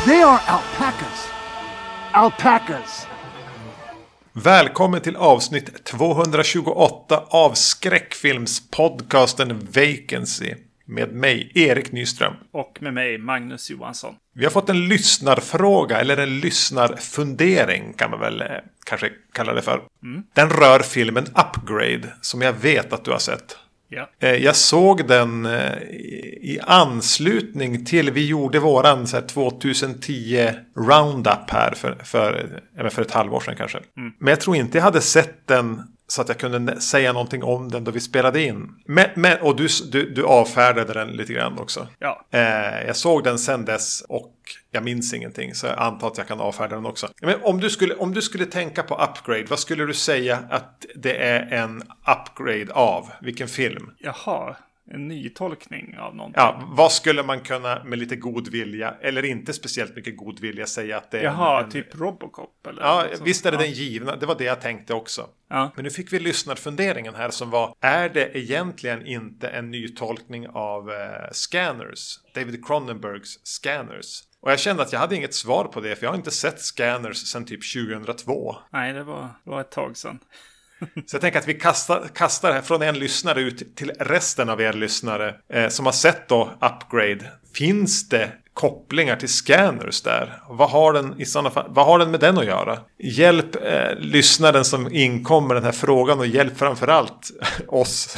They are alpacas. Alpacas. Välkommen till avsnitt 228 av skräckfilmspodcasten Vacancy. Med mig, Erik Nyström. Och med mig, Magnus Johansson. Vi har fått en lyssnarfråga, eller en lyssnarfundering kan man väl kanske kalla det för. Den rör filmen Upgrade, som jag vet att du har sett. Ja. Jag såg den i anslutning till, vi gjorde våran så här 2010 roundup här för ett halvår sedan kanske. Men jag tror inte jag hade sett den så att jag kunde säga någonting om den då vi spelade in. Och du avfärdade den lite grann också. Ja. Jag såg den sen dess och jag minns ingenting, så jag antar att jag kan avfärda den också. Men om du skulle tänka på Upgrade, vad skulle du säga att det är en upgrade av? Vilken film? Jaha, en ny tolkning av någonting. Ja, vad skulle man kunna med lite god vilja, eller inte speciellt mycket god vilja, säga att det är Jaha, typ Robocop eller Ja, något visst är det sånt. den givna. Det var det jag tänkte också. Ja. Men nu fick vi lyssnarfunderingen här som var: är det egentligen inte en ny tolkning av Scanners? David Cronenbergs Scanners. Och jag kände att jag hade inget svar på det, för jag har inte sett Scanners sedan typ 2002. Nej, det var ett tag sedan. Så jag tänker att vi kastar här från en lyssnare ut till resten av er lyssnare som har sett då Upgrade. Finns det kopplingar till Scanners där? Vad har den med den att göra? Hjälp lyssnaren som inkommer den här frågan, och hjälp framförallt oss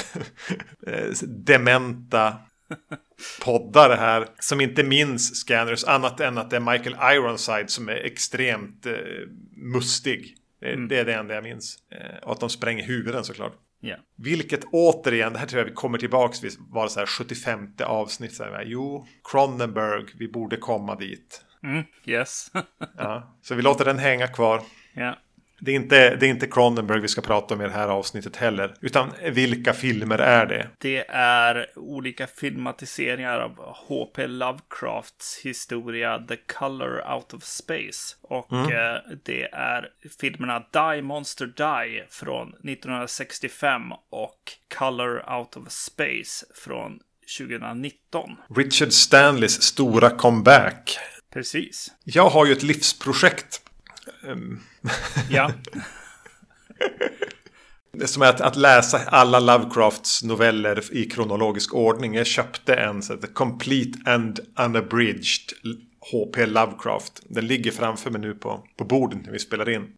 dementa poddare här som inte minns Scanners, annat än att det är Michael Ironside som är extremt mustig. Det är det enda jag minns. Och att de spränger huvuden såklart. Yeah. Vilket återigen, det här tror jag vi kommer tillbaka vid, var så här 75:e avsnitt. Så här, jo, Cronenberg, vi borde komma dit. Yes. Ja, så vi låter den hänga kvar. Yeah. Det är inte Cronenberg vi ska prata om i det här avsnittet heller. Utan vilka filmer är det? Det är olika filmatiseringar av H.P. Lovecrafts historia The Color Out of Space. Och det är filmerna Die Monster Die från 1965 och Color Out of Space från 2019. Richard Stanleys stora comeback. Precis. Jag har ju ett livsprojekt. Ja. Det är som att läsa alla Lovecrafts noveller i kronologisk ordning. Jag köpte en så The Complete and Unabridged H.P. Lovecraft. Den ligger framför mig nu på bordet när vi spelar in.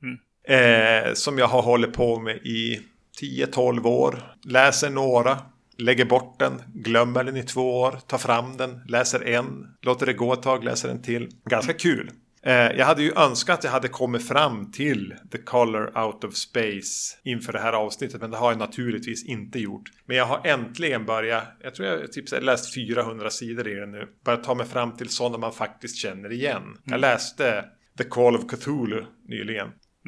Som jag har hållit på med i 10-12 år. Läser några, lägger bort den, glömmer den i 2 år, tar fram den, läser en, låter det gå ett tag, läser en till. Ganska kul. Jag hade ju önskat att jag hade kommit fram till The Color Out of Space inför det här avsnittet, men det har jag naturligtvis inte gjort. Men jag har äntligen börjat, jag tror jag typ läst 400 sidor i den nu, börjat ta mig fram till sådana man faktiskt känner igen. Jag läste The Call of Cthulhu nyligen.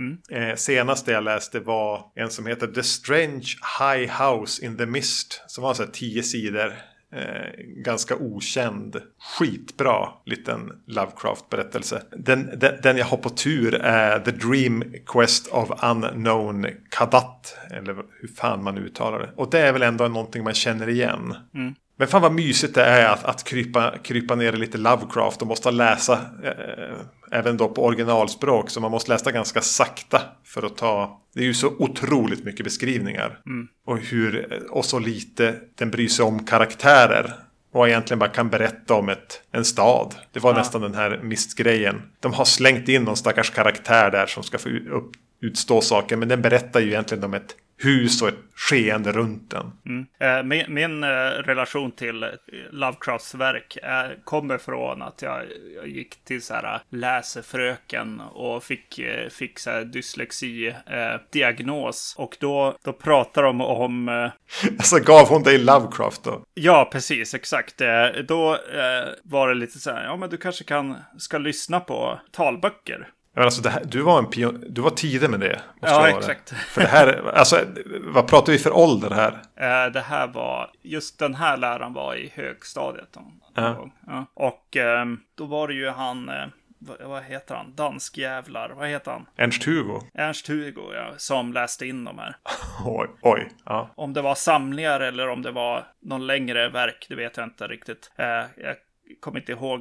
Senaste jag läste var en som heter The Strange High House in the Mist, som var så här 10 sidor. Ganska okänd, skitbra liten Lovecraft-berättelse. Den jag har på tur är The Dream Quest of Unknown Kadat, eller hur fan man uttalar det. Och det är väl ändå någonting man känner igen. Men fan vad mysigt det är att krypa ner i lite Lovecraft och måste läsa även då på originalspråk, så man måste läsa ganska sakta för att ta. Det är ju så otroligt mycket beskrivningar och så lite den bryr sig om karaktärer och egentligen bara kan berätta om en stad. Det var nästan den här mistgrejen. De har slängt in någon stackars karaktär där som ska få utstå saker, men den berättar ju egentligen om ett hus och ett skeende runt den. Min relation till Lovecrafts verk kommer från att jag gick till så här läsefröken och fick så här dyslexi-diagnos. Och då pratar de om... Alltså gav hon dig Lovecraft då? Ja, precis, exakt. Då var det lite så här, ja men du kanske ska lyssna på talböcker. Men alltså du var tidig med det. Ja, exakt. För det här, alltså, vad pratar vi för ålder här? Det här var, just den här läraren var i högstadiet. Ja. Och då var det ju han, vad heter han? Danskjävlar, vad heter han? Ernst Hugo, ja, som läste in de här. Oj, ja. Om det var samlingar eller om det var någon längre verk, det vet jag inte riktigt. Jag kommer inte ihåg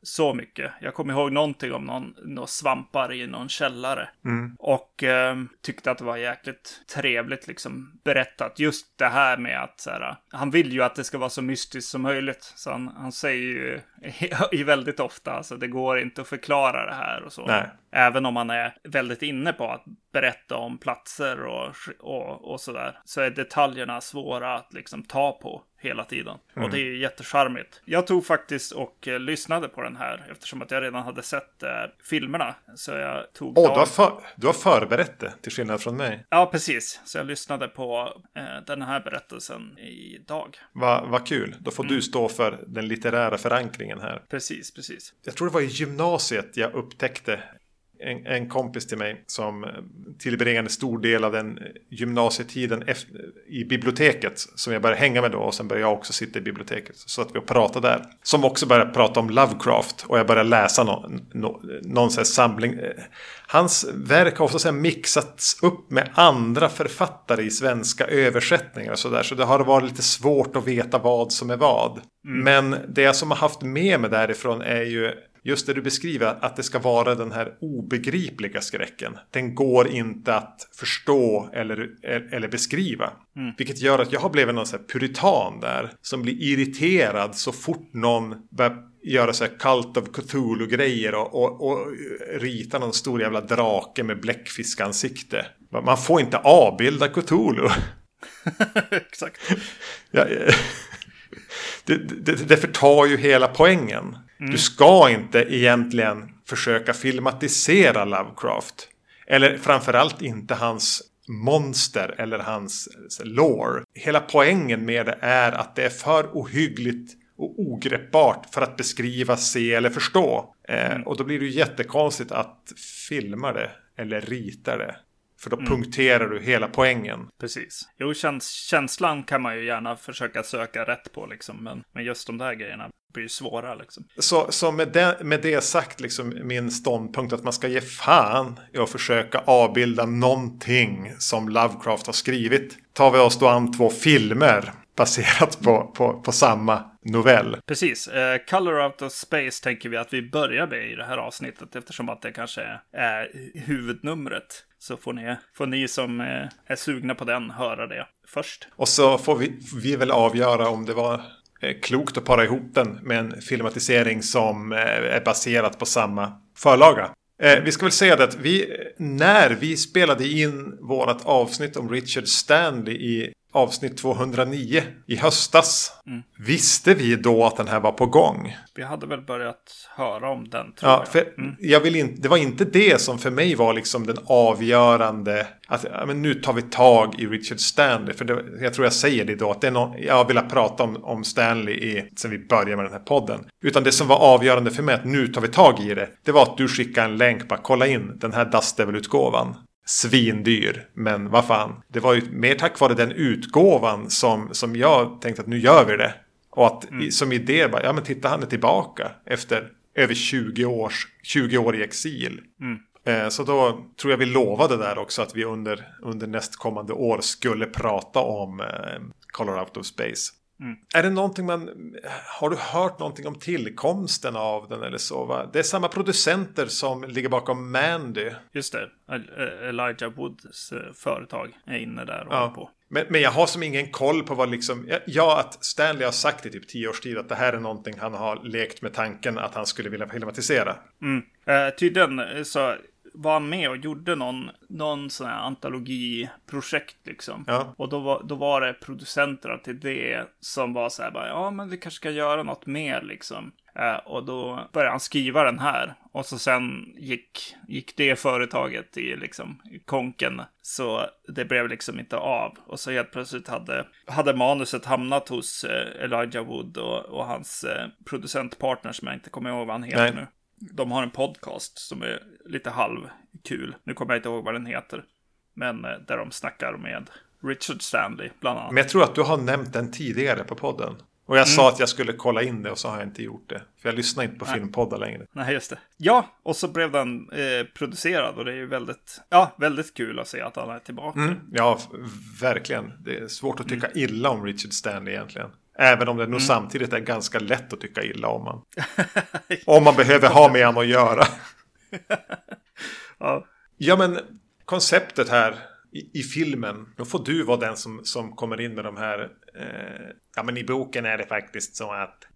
så mycket. Jag kommer ihåg någonting om några svampar i någon källare. Och tyckte att det var jäkligt trevligt liksom berättat. Just det här med att så här, han vill ju att det ska vara så mystiskt som möjligt. Så han säger ju väldigt ofta, alltså det går inte att förklara det här och så. Nej. Även om man är väldigt inne på att berätta om platser och sådär, så är detaljerna svåra att liksom ta på hela tiden. Och det är ju jättecharmigt. Jag tog faktiskt och lyssnade på den här eftersom att jag redan hade sett filmerna. Så jag tog du har förberett det till skillnad från mig. Ja, precis. Så jag lyssnade på den här berättelsen idag. Vad kul. Då får du stå för den litterära förankringen här. Precis. Jag tror det var i gymnasiet jag upptäckte en kompis till mig som tillbringade stor del av den gymnasietiden i biblioteket som jag började hänga med då, och sen började jag också sitta i biblioteket så att vi pratade där. Som också började prata om Lovecraft, och jag började läsa någon sån här samling. Hans verk har ofta så här mixats upp med andra författare i svenska översättningar och sådär, så det har varit lite svårt att veta vad som är vad. Men det som har haft med mig därifrån är ju just det du beskriver, att det ska vara den här obegripliga skräcken. Den går inte att förstå eller beskriva. Vilket gör att jag har blivit någon sån här puritan där, som blir irriterad så fort någon börjar göra så här Cult of Cthulhu-grejer och rita någon stor jävla drake med bläckfiskansikte. Man får inte avbilda Cthulhu. Exakt. Ja, det förtar ju hela poängen. Du ska inte egentligen försöka filmatisera Lovecraft. Eller framförallt inte hans monster eller hans lore. Hela poängen med det är att det är för ohyggligt och ogreppbart för att beskriva, se eller förstå. Och då blir det ju jättekonstigt att filma det eller rita det. För då punkterar du hela poängen. Precis. Jo, känslan kan man ju gärna försöka söka rätt på liksom. Men just de där grejerna blir ju svåra liksom. Så med det sagt liksom, min ståndpunkt att man ska ge fan i att försöka avbilda någonting som Lovecraft har skrivit. Tar vi oss då an 2 filmer baserat på samma novell. Precis. Color Out of Space tänker vi att vi börjar med i det här avsnittet, eftersom att det kanske är huvudnumret. Så får ni som är sugna på den höra det först. Och så får vi väl avgöra om det var klokt att para ihop den med en filmatisering som är baserat på samma förlaga. Vi ska väl säga det att när vi spelade in vårat avsnitt om Richard Stanley i avsnitt 209 i höstas. Visste vi då att den här var på gång? Vi hade väl börjat höra om den, tror jag. För det var inte det som för mig var liksom den avgörande, att men nu tar vi tag i Richard Stanley. För jag tror jag säger det då, att det är jag vill prata om Stanley sen vi började med den här podden. Utan det som var avgörande för mig att nu tar vi tag i det, det var att du skickade en länk, bara kolla in den här Dust Devil-utgåvan. Svindyr, men vad fan. Det var ju mer tack vare den utgåvan som jag tänkte att nu gör vi det. Och att som idé bara, ja men titta, han är tillbaka efter över 20 år i exil. Så då tror jag vi lovade där också att vi under nästkommande år skulle prata om Color Out of Space. Är det någonting har du hört någonting om tillkomsten av den eller så? Va? Det är samma producenter som ligger bakom Mandy. Just det, Elijah Woods företag är inne där och håller på. Men jag har som ingen koll på vad liksom, att Stanley har sagt i typ 10 års tid att det här är någonting han har lekt med tanken att han skulle vilja filmatisera. Tydligen så var han med och gjorde någon sån här antologiprojekt liksom. Ja. Och då var det producenterna till det som var så här bara, ja men vi kanske ska göra något mer liksom. Och då började han skriva den här. Och så sen gick det företaget i liksom konken. Så det blev liksom inte av. Och så helt plötsligt hade manuset hamnat hos Elijah Wood och hans producentpartner som jag inte kommer ihåg vad han heter nu. De har en podcast som är lite halvkul. Nu kommer jag inte ihåg vad den heter. Men där de snackar med Richard Stanley bland annat. Men jag tror att du har nämnt den tidigare på podden. Och jag sa att jag skulle kolla in det och så har jag inte gjort det. För jag lyssnar inte på filmpoddar längre. Nej, just det. Ja, och så blev den producerad och det är ju väldigt kul att se att han är tillbaka. Ja, verkligen. Det är svårt att tycka illa om Richard Stanley egentligen. Även om det nog samtidigt är ganska lätt att tycka illa om man. Om man behöver ha med han att göra. Ja, men konceptet här i filmen, då får du vara den som kommer in med de här. Ja, men i boken är det faktiskt så att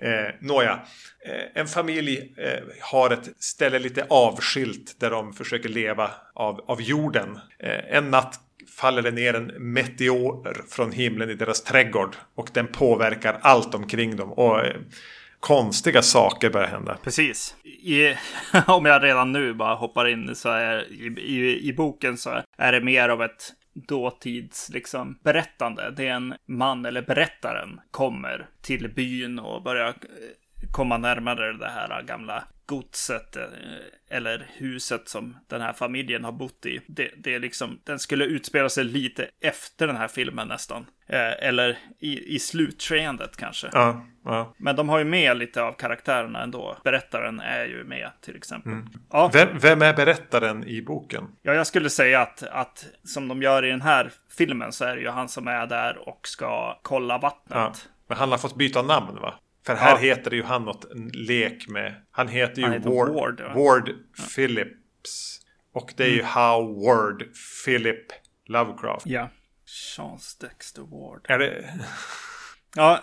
en familj har ett ställe lite avskilt där de försöker leva av jorden. En natt faller det ner en meteor från himlen i deras trädgård och den påverkar allt omkring dem och konstiga saker börjar hända. Precis. Om jag redan nu bara hoppar in så är i boken så är det mer av ett dåtids liksom berättande. Det är en man eller berättaren kommer till byn och börjar komma närmare det här gamla godset eller huset som den här familjen har bott i. Det är liksom, den skulle utspela sig lite efter den här filmen nästan. Eller i slutskedet kanske. Ja. Men de har ju med lite av karaktärerna ändå. Berättaren är ju med till exempel. Ja. Vem är berättaren i boken? Ja, jag skulle säga att som de gör i den här filmen så är det ju han som är där och ska kolla vattnet. Ja. Men han har fått byta namn, va? För här heter det ju han något en lek med. Han heter ju Ward Phillips. Och det är ju Howard Philip Lovecraft. Ja. Charles Dexter Ward. Är det? Ja.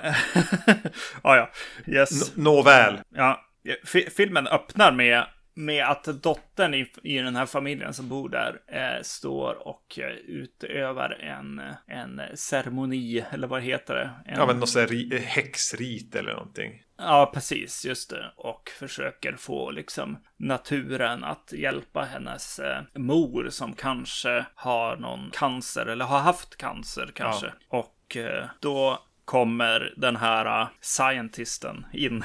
Ja. Yes. Nåväl. Ja. Filmen öppnar med att dottern i den här familjen som bor där står och utövar en ceremoni, eller vad heter det? Ja, men någon sån här häxrit eller någonting. Ja, precis, just det. Och försöker få liksom naturen att hjälpa hennes mor som kanske har någon cancer eller har haft cancer kanske. Ja. Och då kommer den här scientisten in,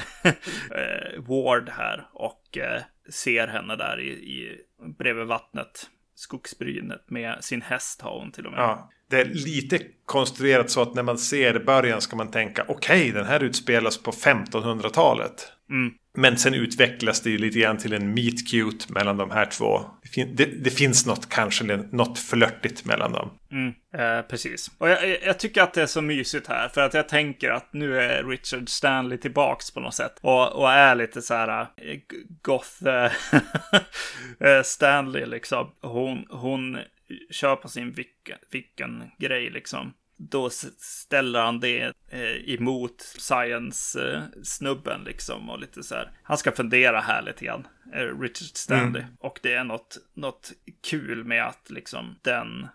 Ward här, och ser henne där bredvid vattnet, skogsbrynet, med sin häst har hon till och med. Ja, det är lite konstruerat så att när man ser början ska man tänka okej, den här utspelas på 1500-talet. Men sen utvecklas det ju lite grann till en meet cute mellan de här två. Det finns något flörtigt mellan dem. Precis. Och jag tycker att det är så mysigt här. För att jag tänker att nu är Richard Stanley tillbaks på något sätt. Och är lite så här goth Stanley liksom. Hon kör på sin vilken grej liksom. Då ställer han det emot science-snubben liksom, och lite så här. Han ska fundera här lite grann, Richard Stanley. Och det är något kul med att liksom den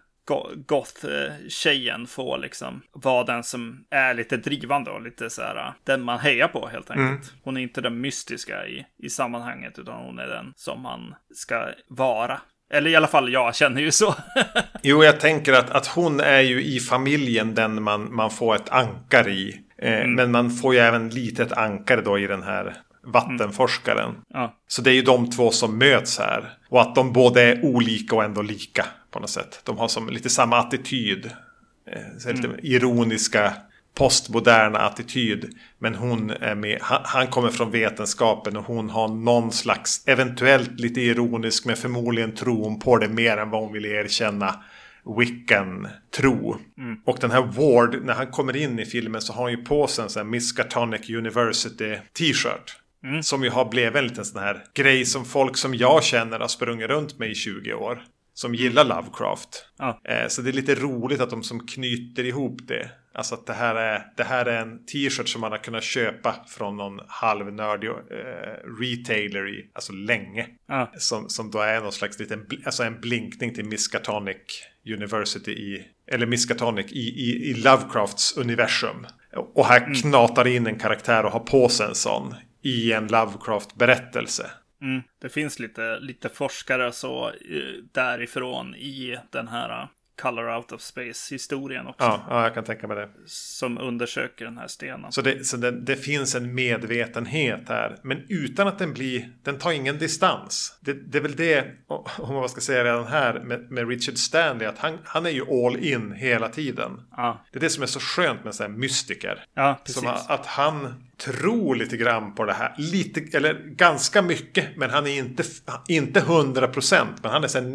goth-tjejen får liksom vara den som är lite drivande och lite så här, den man hejar på helt enkelt. Hon är inte den mystiska i sammanhanget, utan hon är den som man ska vara. Eller i alla fall, jag känner ju så. Jo, jag tänker att hon är ju i familjen den man får ett ankar i. Men man får ju även lite ett ankare då i den här vattenforskaren. Ja. Så det är ju de två som möts här. Och att de både är olika och ändå lika på något sätt. De har lite samma attityd. Lite ironiska, postmoderna attityd. Men hon är med, han kommer från vetenskapen och hon har någon slags, eventuellt lite ironisk, men förmodligen tron på det mer än vad hon vill erkänna, Wiccan-tro. Och den här Ward, när han kommer in i filmen så har han ju på sig en sån här Miskatonic University t-shirt. Som ju har blivit en liten sån här grej som folk som jag känner har sprungit runt med i 20 år. Som gillar Lovecraft. Så det är lite roligt att de som knyter ihop det. Alltså att det här är en t-shirt som man har kunnat köpa från någon halvnördig retailer i, alltså länge. Som då är någon slags liten, alltså en blinkning till Miskatonic University eller Miskatonic i Lovecrafts universum. Och här knatar in en karaktär och har på sig en sån i en Lovecraft-berättelse. Det finns lite forskare så därifrån i den här Color Out of Space-historien också. Ja, jag kan tänka mig det. Som undersöker den här stenen. Så det finns en medvetenhet här. Men utan att den tar ingen distans. Det är väl det, om man ska säga redan här med Richard Stanley, att han är ju all in hela tiden. Det är det som är så skönt med så här mystiker. Ja, precis. Som att han tror lite grann på det här. Lite, eller ganska mycket. Men han är inte 100%. Men han är så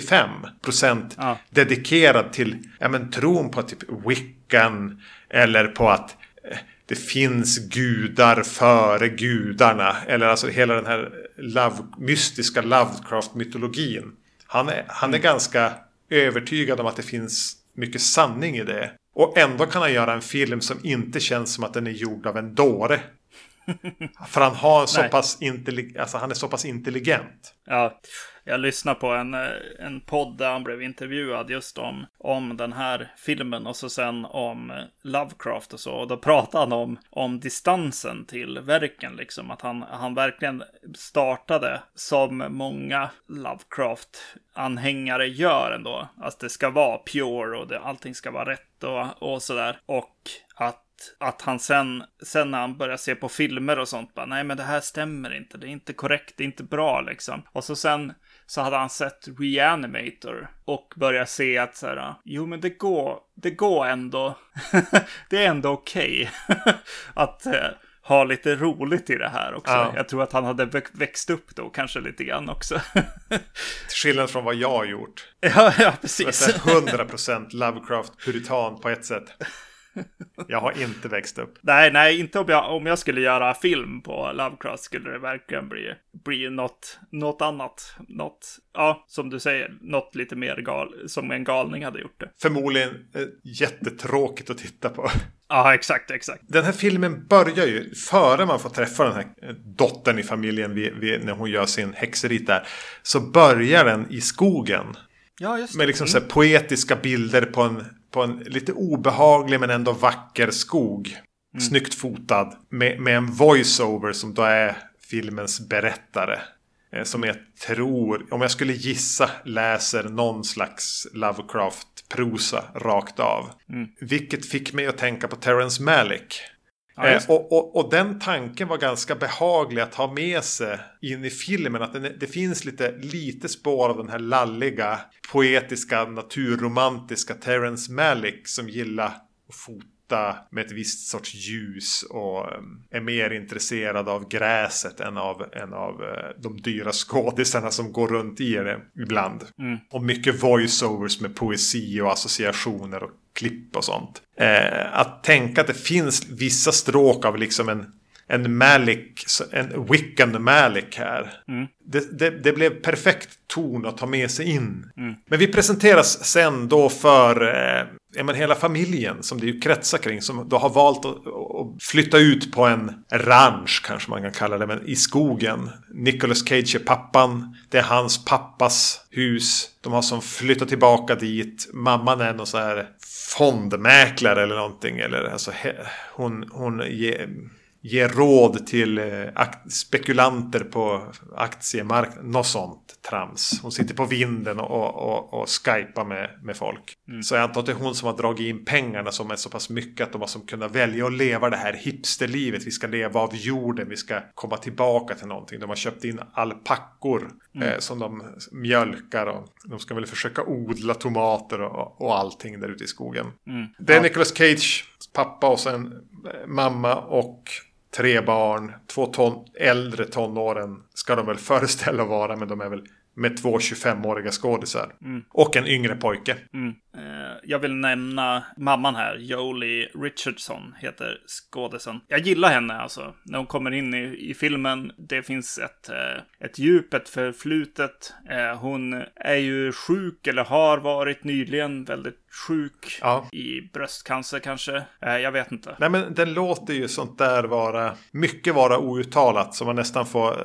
95% dedikerad till tron på typ Wiccan. Eller på att det finns gudar före gudarna. Eller alltså hela den här mystiska Lovecraft-mytologin. Han är ganska övertygad om att det finns mycket sanning i det. Och ändå kan han göra en film som inte känns som att den är gjord av en dåre. För han har han är så pass intelligent. Ja, jag lyssnade på en podd där han blev intervjuad just om den här filmen och så sen om Lovecraft och så. Och då pratade han om distansen till verken liksom. Att han verkligen startade som många Lovecraft-anhängare gör ändå. Att det ska vara pure och allting ska vara rätt och sådär. Och att han sen när han börjar se på filmer och sånt bara, nej men det här stämmer inte, det är inte korrekt, det är inte bra liksom. Och sen så hade han sett Reanimator och började se att så här, jo men det går ändå det är ändå okej att ha lite roligt i det här också. Ja. Jag tror att han hade växt upp då kanske lite grann också. Till skillnad från vad jag har gjort. Ja, precis. 100% Lovecraft-puritan på ett sätt. Jag har inte växt upp. Nej, inte om jag skulle göra film på Lovecraft skulle det verkligen bli något annat. Något, ja, som du säger, något lite mer som en galning hade gjort det. Förmodligen jättetråkigt att titta på. Ja, exakt. Den här filmen börjar ju, före man får träffa den här dottern i familjen när hon gör sin häxerit där, så börjar den i skogen. Ja, just det. Med liksom så här poetiska bilder på en lite obehaglig men ändå vacker skog. Snyggt fotad. Med en voiceover som då är filmens berättare. Som jag tror, om jag skulle gissa, läser någon slags Lovecraft-prosa rakt av. Vilket fick mig att tänka på Terrence Malick. Ja, och den tanken var ganska behaglig att ha med sig in i filmen. Att det finns lite spår av den här lalliga, poetiska, naturromantiska Terrence Malick som gillar att fota med ett visst sorts ljus och är mer intresserad av gräset än av de dyra skådisarna som går runt i det ibland. Och mycket voiceovers med poesi och associationer och klipp och sånt. Att tänka att det finns vissa stråk av liksom en Malick, en Wiccan Malick här. Det blev perfekt ton att ta med sig in. Men vi presenteras sen då för hela familjen som det ju kretsar kring, som då har valt att flytta ut på en ranch kanske man kan kalla det, men i skogen. Nicolas Cage är pappan. Det är hans pappas hus. De har som flyttat tillbaka dit. Mamman är någon så här fondmäklare eller någonting, eller alltså hon ger råd till spekulanter på aktiemarknaden. Något sånt trams. Hon sitter på vinden och skypar med folk. Så jag antar att det är hon som har dragit in pengarna som är så pass mycket att de har som kunnat välja att leva det här hipsterlivet. Vi ska leva av jorden. Vi ska komma tillbaka till någonting. De har köpt in alpackor som de mjölkar. Och de ska väl försöka odla tomater och allting där ute i skogen. Det är Nicolas Cage pappa och sen mamma och 3 barn, 2 äldre tonåren ska de väl föreställa vara, men de är väl med 2 25-åriga skådisar. Och en yngre pojke. Jag vill nämna mamman här, Jolie Richardson heter skådisen. Jag gillar henne alltså. När hon kommer in i filmen, det finns ett djup, ett förflutet. Hon är ju sjuk eller har varit nyligen väldigt sjuk i bröstcancer kanske. Jag vet inte. Nej, men den låter ju sånt där vara outtalat, så man nästan får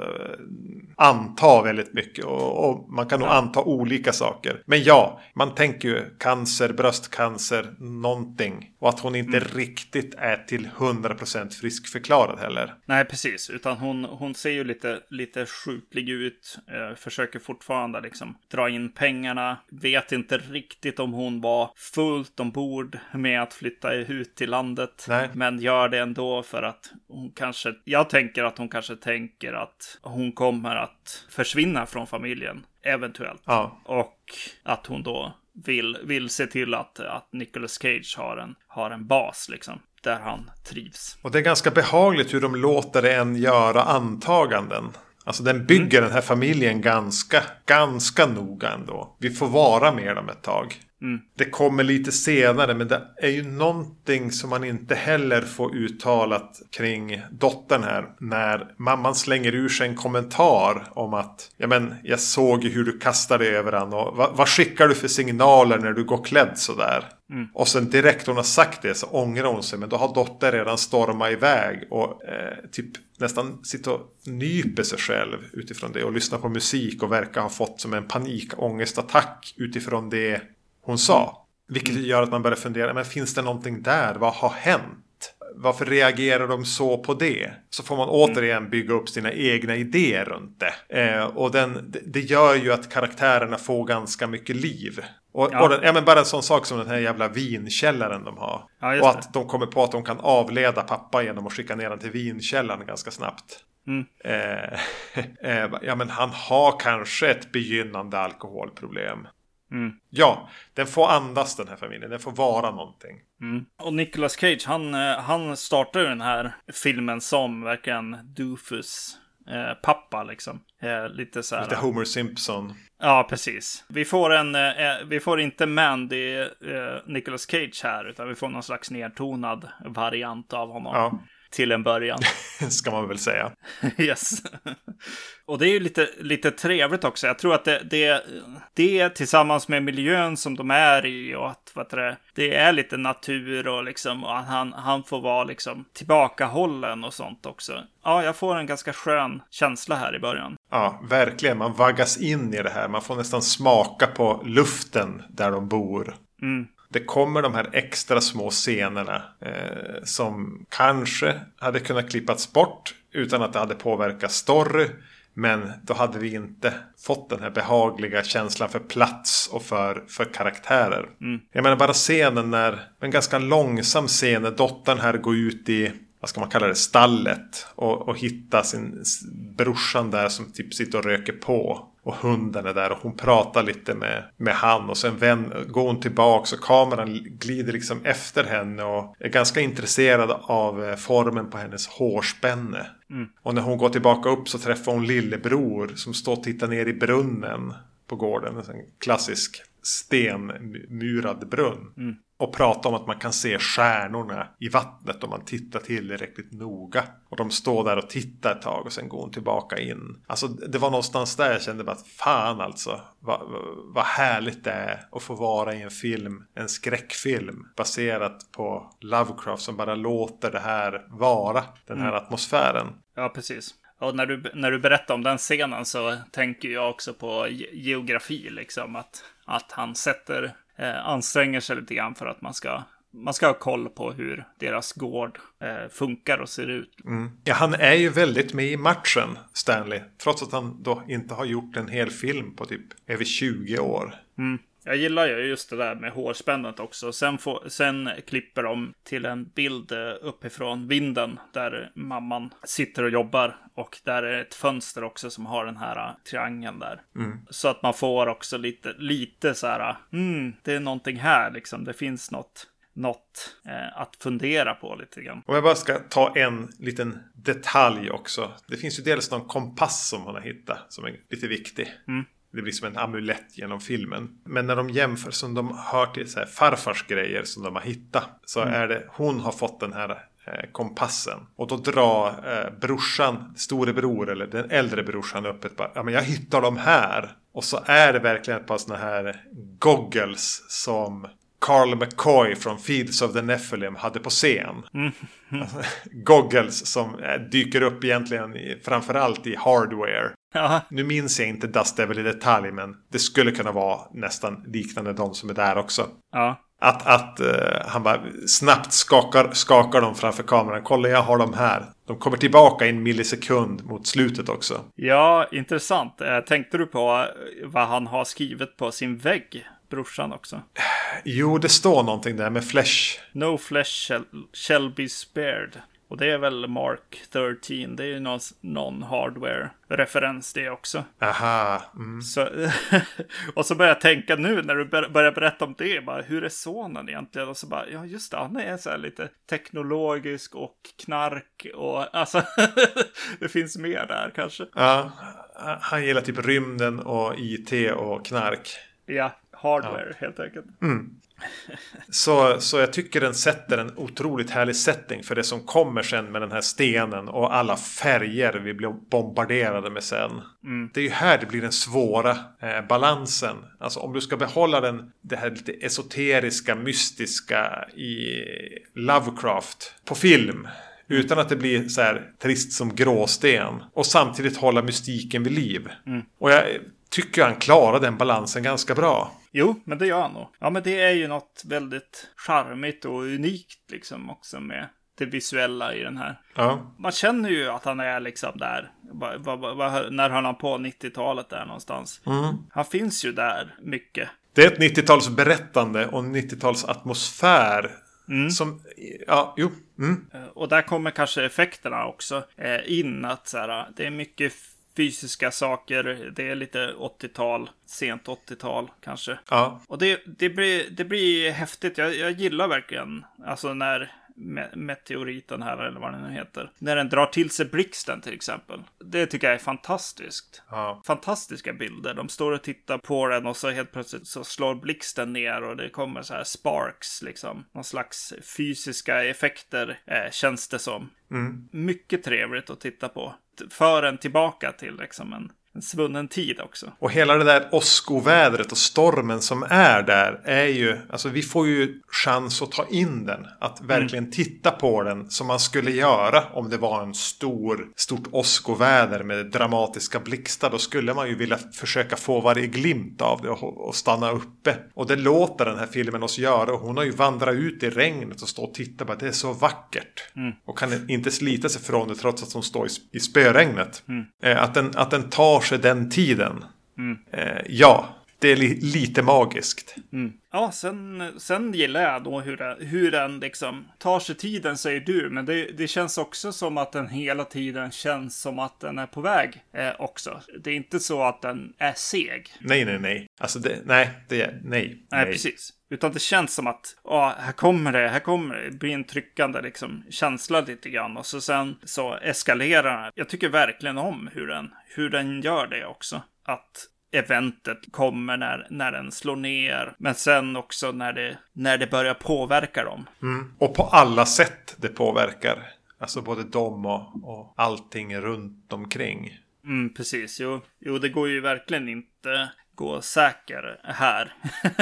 anta väldigt mycket. Och man kan nog anta olika saker. Men ja, man tänker ju cancer, bröstcancer, någonting. Och att hon inte riktigt är till 100% friskförklarad heller. Nej, precis. Utan hon ser ju lite sjuklig ut. Försöker fortfarande liksom dra in pengarna. Vet inte riktigt om hon var fullt ombord med att flytta ut till landet. Nej. Men gör det ändå för att jag tänker att hon kanske tänker att hon kommer att försvinna från familjen. Eventuellt. Ja. Och att hon då vill se till att Nicolas Cage har en bas liksom, där han trivs. Och det är ganska behagligt hur de låter en göra antaganden. Alltså den bygger den här familjen ganska noga ändå. Vi får vara med dem ett tag. Det kommer lite senare, men det är ju någonting som man inte heller får uttalat kring dottern här. När mamman slänger ur sig en kommentar om att jag såg ju hur du kastade över han och vad skickar du för signaler när du går klädd sådär? Och sen direkt hon har sagt det så ångrar hon sig, men då har dottern redan stormat iväg och typ nästan sitter och nyper sig själv utifrån det och lyssnar på musik och verkar ha fått som en panikångestattack utifrån det hon sa. Vilket gör att man börjar fundera, men finns det någonting där? Vad har hänt? Varför reagerar de så på det? Så får man återigen bygga upp sina egna idéer runt det. Och det gör ju att karaktärerna får ganska mycket liv. Och bara en sån sak som den här jävla vinkällaren de har. Ja, och att de kommer på att de kan avleda pappa genom att skicka ner den till vinkällaren ganska snabbt. Men han har kanske ett begynnande alkoholproblem. Ja, den får andas den här familjen. Den får vara någonting. Och Nicolas Cage, han startar ju den här filmen som verkligen doofus pappa liksom. Lite så här. Lite Homer Simpson. Ja, precis. Vi får inte Mandy Nicolas Cage här, utan vi får någon slags nedtonad variant av honom. Ja. Till en början. Ska man väl säga. Yes. Och det är ju lite trevligt också. Jag tror att det tillsammans med miljön som de är i och att det är lite natur och liksom och han får vara liksom tillbakahållen och sånt också. Ja, jag får en ganska skön känsla här i början. Ja, verkligen. Man vaggas in i det här. Man får nästan smaka på luften där de bor. Det kommer de här extra små scenerna som kanske hade kunnat klippats bort utan att det hade påverkat story. Men då hade vi inte fått den här behagliga känslan för plats och för karaktärer. Jag menar bara scenen en ganska långsam scen när dottern här går ut i, vad ska man kalla det, stallet och hittar sin brorsan där som typ sitter och röker på. Och hunden är där och hon pratar lite med han. Och sen går hon tillbaka och kameran glider liksom efter henne. Och är ganska intresserad av formen på hennes hårspänne. Och när hon går tillbaka upp så träffar hon lillebror som står och tittar ner i brunnen på gården. En klassisk stenmurad brunn. Och prata om att man kan se stjärnorna i vattnet om man tittar tillräckligt noga. Och de står där och tittar ett tag och sen går hon tillbaka in. Alltså det var någonstans där jag kände bara att fan alltså. Vad härligt det är att få vara i en film, en skräckfilm. Baserat på Lovecraft som bara låter det här vara, den här atmosfären. Ja, precis. Och när du berättar om den scenen så tänker jag också på geografi liksom. Att han anstränger sig lite grann för att man ska ha koll på hur deras gård funkar och ser ut. Ja, han är ju väldigt med i matchen, Stanley. Trots att han då inte har gjort en hel film på typ över 20 år. Jag gillar ju just det där med hårspännet också. Sen klipper de till en bild uppifrån vinden där mamman sitter och jobbar. Och där är ett fönster också som har den här triangeln där. Så att man får också lite så här, det är någonting här liksom. Det finns något att fundera på lite grann. Om jag bara ska ta en liten detalj också. Det finns ju dels någon kompass som hon har hittat som är lite viktig. Det blir som en amulett genom filmen. Men när de jämför som de hör till så här farfars grejer som de har hittat. Så är det, hon har fått den här kompassen. Och då drar brorsan, storebror eller den äldre brorsan upp ett par. Ja, men jag hittar dem här. Och så är det verkligen ett par såna här goggles som Carl McCoy från Fields of the Nephilim hade på scen. Alltså, goggles som dyker upp egentligen framförallt i Hardware. Ja. Nu minns jag inte Dust Devil i detalj, men det skulle kunna vara nästan liknande de som är där också. Ja. Att han bara snabbt skakar dem framför kameran. Kolla, jag har dem här. De kommer tillbaka i en millisekund mot slutet också. Ja, intressant. Tänkte du på vad han har skrivit på sin vägg, brorsan också? Jo, det står någonting där med flesh. No flesh shall be spared. Och det är väl Mark 13. Det är ju någon hardware-referens det också. Aha. Så, och så börjar jag tänka nu när du börjar berätta om det. Bara, hur är sonen egentligen? Och så bara, ja just det, han är så här lite teknologisk och knark. Och alltså, det finns mer där kanske. Ja, han gillar typ rymden och IT och knark. Ja, hardware helt enkelt. Så jag tycker den sätter en otroligt härlig setting för det som kommer sen med den här stenen och alla färger vi blir bombarderade med sen. Det är ju här det blir den svåra balansen. Alltså om du ska behålla det här lite esoteriska, mystiska i Lovecraft på film utan att det blir så här trist som gråsten och samtidigt hålla mystiken vid liv. Och jag tycker han klarar den balansen ganska bra. Jo, men det gör han nog. Ja, men det är ju något väldigt charmigt och unikt liksom också med det visuella i den här. Ja. Man känner ju att han är liksom där. När han är på 90-talet där någonstans. Han finns ju där mycket. Det är ett 90-tals berättande och en 90-tals atmosfär. Som, Och där kommer kanske effekterna också in. Att så här, det är mycket fysiska saker. Det är lite 80-tal, sent 80-tal kanske. Ja. Och det blir häftigt. Jag gillar verkligen alltså när meteoriten här eller vad den nu heter. När den drar till sig blixten till exempel. Det tycker jag är fantastiskt. Ja. Fantastiska bilder. De står och tittar på den och så helt plötsligt så slår blixten ner och det kommer så här sparks liksom. Någon slags fysiska effekter känns det som. Mycket trevligt att titta på. För en tillbaka till liksom en svunnen tid också. Och hela det där åskovädret och stormen som är där är ju, alltså vi får ju chans att ta in den. Att verkligen titta på den som man skulle göra om det var en stort åskoväder med dramatiska blixtar. Då skulle man ju vilja försöka få varje glimt av det och stanna uppe. Och det låter den här filmen oss göra. Och hon har ju vandrat ut i regnet och stå och titta på att det är så vackert. Och kan inte slita sig från det trots att hon står i spöregnet. Att den tar sig den tiden. Ja, det är lite magiskt. Ja, sen gillar jag då hur den liksom tar sig tiden, säger du. Men det känns också som att den hela tiden känns som att den är på väg också. Det är inte så att den är seg. Nej. Alltså nej. Precis. Utan det känns som att här kommer det blir en tryckande liksom, känsla lite grann. Och sen så eskalerar den. Jag tycker verkligen om hur den gör det också. Att eventet kommer när den slår ner. Men sen också när det börjar påverka dem. Och på alla sätt det påverkar. Alltså både dem och allting runt omkring. Precis. Jo, det går ju verkligen inte gå säker här.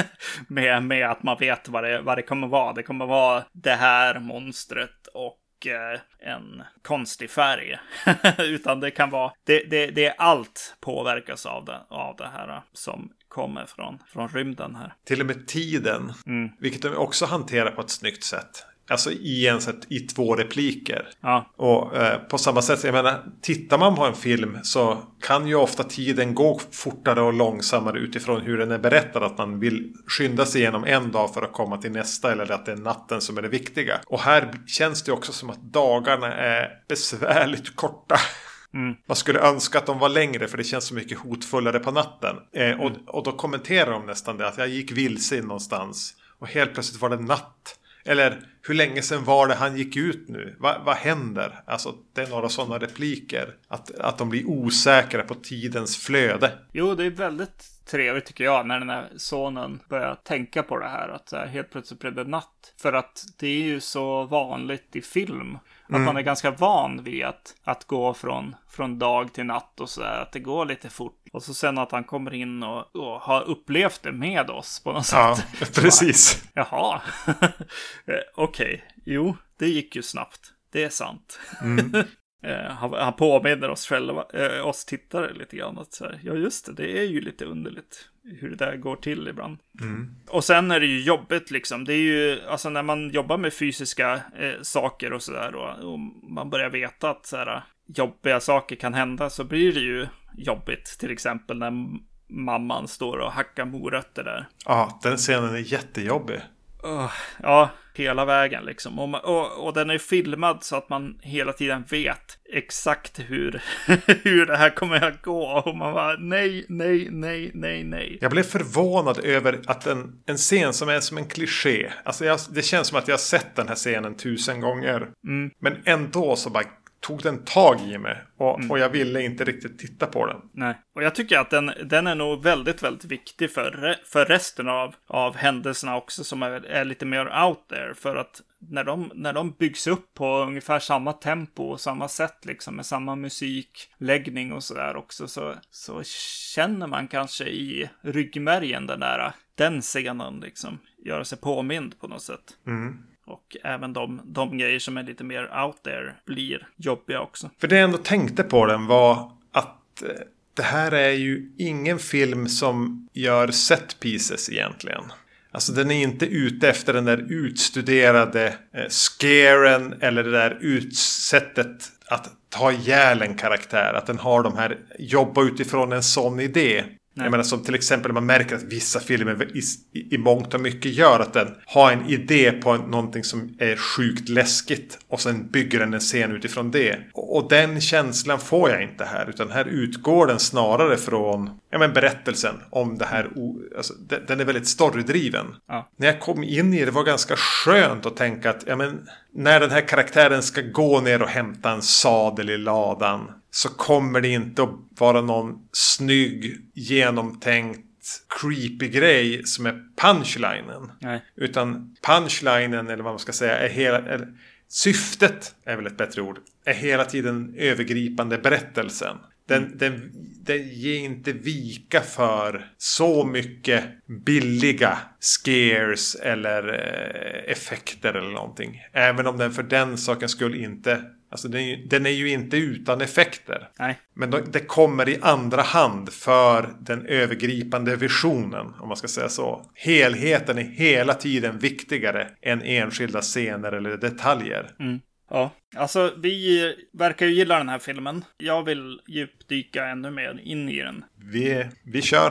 med att man vet vad det kommer vara. Det kommer vara det här monstret och en konstig färg. Utan det kan vara det är allt påverkas av det här som kommer från rymden här. Till och med tiden. Vilket de också hanterar på ett snyggt sätt. Alltså i 2 repliker. Ja. Och på samma sätt, jag menar, tittar man på en film så kan ju ofta tiden gå fortare och långsammare utifrån hur den är berättad. Att man vill skynda sig igenom en dag för att komma till nästa, eller att det är natten som är det viktiga. Och här känns det också som att dagarna är besvärligt korta. Man skulle önska att de var längre, för det känns så mycket hotfullare på natten. Och då kommenterar de nästan det, att jag gick vilse någonstans och helt plötsligt var det natt. Eller hur länge sedan var det han gick ut nu? Vad händer? Alltså det är några sådana repliker. Att de blir osäkra på tidens flöde. Jo, det är väldigt trevligt tycker jag när den här sonen börjar tänka på det här. Att så här, helt plötsligt blir det natt. För att det är ju så vanligt i film. Att man är ganska van vid att gå från dag till natt och sådär. Att det går lite fort. Och så sen att han kommer in och har upplevt det med oss på något sätt. Ja, precis. Jaha. Okej. Jo, det gick ju snabbt. Det är sant. Han påminner oss tittare lite grann. Att så här, ja just det är ju lite underligt hur det där går till ibland. Och sen är det ju jobbigt liksom. Det är ju, alltså när man jobbar med fysiska saker och sådär. Och man börjar veta att så här, jobbiga saker kan hända, så blir det ju jobbigt. Till exempel när mamman står och hackar morötter där. Ja, den scenen är jättejobbig. Ja, hela vägen liksom. Och den är filmad så att man hela tiden vet exakt hur det här kommer att gå. Och man bara nej. Jag blev förvånad över att en scen som är som en kliché. Alltså det känns som att jag har sett den här scenen 1000 gånger. Men ändå så bara tog den tag i mig. Och jag ville inte riktigt titta på den. Nej, och jag tycker att den är nog väldigt, väldigt viktig för resten av händelserna också, som är lite mer out there. För att när de byggs upp på ungefär samma tempo och samma sätt liksom, med samma musikläggning och sådär också, så känner man kanske i ryggmärgen den scenen liksom göra sig påmind på något sätt. Och även de grejer som är lite mer out there blir jobbiga också. För det jag ändå tänkte på den var att det här är ju ingen film som gör set pieces egentligen. Alltså den är inte ute efter den där utstuderade scaren eller det där utsättet att ta ihjäl en karaktär. Att den har de här, jobba utifrån en sån idé. Nej. Jag menar som till exempel man märker att vissa filmer i mångt och mycket gör att den har en idé på någonting som är sjukt läskigt och sen bygger den en scen utifrån det. Och den känslan får jag inte här, utan här utgår den snarare från berättelsen om det här. Alltså, den är väldigt storydriven. Ja. När jag kom in i det var ganska skönt att tänka att när den här karaktären ska gå ner och hämta en sadel i ladan, så kommer det inte att vara någon snygg, genomtänkt, creepy grej som är punchlinen. Nej. Utan punchlinen, eller vad man ska säga, är syftet är väl ett bättre ord, är hela tiden övergripande berättelsen. Den ger inte vika för så mycket billiga scares eller effekter eller någonting. Även om den för den saken skulle inte... Alltså den är ju inte utan effekter. Nej. Men det kommer i andra hand för den övergripande visionen, om man ska säga så. Helheten är hela tiden viktigare än enskilda scener eller detaljer. Ja, alltså vi verkar ju gilla den här filmen. Jag vill djupdyka ännu mer in i den. Vi kör.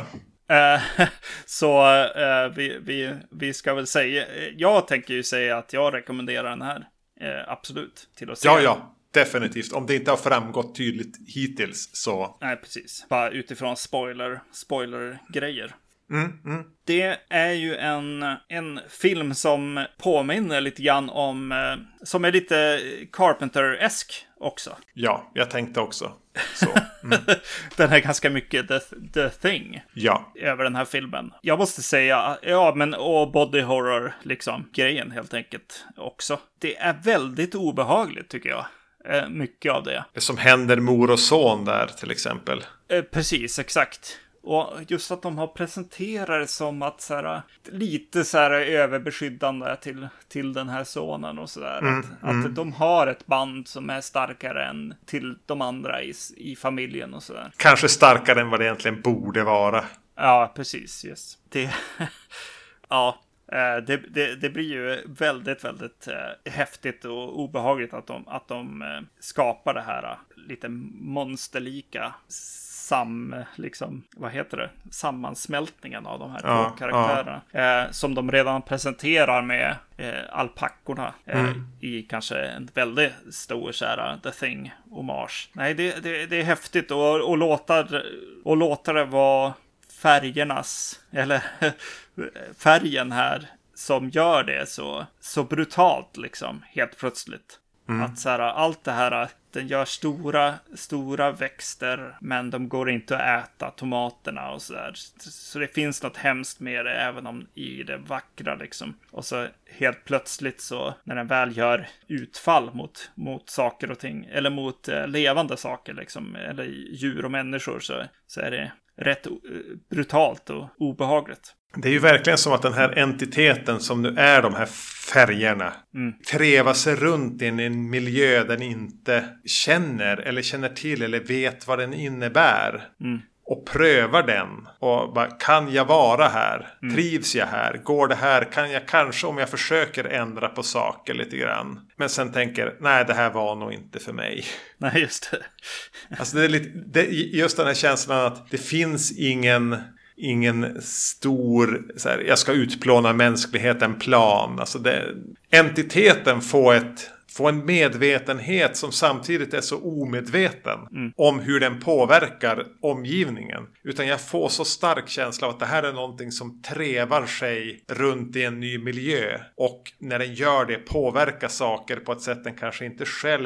Vi ska väl säga... Jag tänker ju säga att jag rekommenderar den här. Absolut, till att se. Ja, definitivt. Om det inte har framgått tydligt hittills så... Nej, precis. Bara utifrån spoiler-grejer. Det är ju en film som påminner lite grann om... som är lite Carpenter-esk också. Ja, jag tänkte också så. Den är ganska mycket The Thing. Ja. Över den här filmen. Jag måste säga, och body horror liksom, grejen helt enkelt också. Det är väldigt obehagligt tycker jag. Mycket av det. Det som händer mor och son där till exempel. Precis, exakt. Och just att de har presenterat det som att såhär, lite såhär överbeskyddande till den här sonen och sådär. Att de har ett band som är starkare än till de andra i familjen och sådär. Kanske starkare än vad det egentligen borde vara. Ja, precis. Yes. Det blir ju väldigt, väldigt häftigt och obehagligt att de skapar det här lite monsterlika sammansmältningen av de här två karaktärerna. Som de redan presenterar med alpackorna i kanske en väldigt stor The Thing-hommage. Nej, det är häftigt och låta det vara färgen här som gör det så brutalt liksom, helt plötsligt. Att så här, allt det här, den gör stora växter, men de går inte att äta tomaterna och sådär. Så det finns något hemskt med det, även om i det vackra liksom. Och så helt plötsligt så, när den väl gör utfall mot saker och ting, eller mot levande saker liksom, eller djur och människor, så är det rätt brutalt och obehagligt. Det är ju verkligen som att den här entiteten som nu är de här färgerna trevar sig runt i en miljö den inte känner till eller vet vad den innebär. Och prövar den. Och bara, kan jag vara här? Trivs jag här? Går det här? Kan jag kanske, om jag försöker ändra på saker lite grann. Men sen tänker, nej, det här var nog inte för mig. Nej, just det. Alltså just den här känslan att det finns ingen stor så här, jag ska utplåna mänskligheten plan. Alltså entiteten får en medvetenhet som samtidigt är så omedveten om hur den påverkar omgivningen. Utan jag får så stark känsla av att det här är någonting som trevar sig runt i en ny miljö. Och när den gör det påverkar saker på ett sätt den kanske inte själv är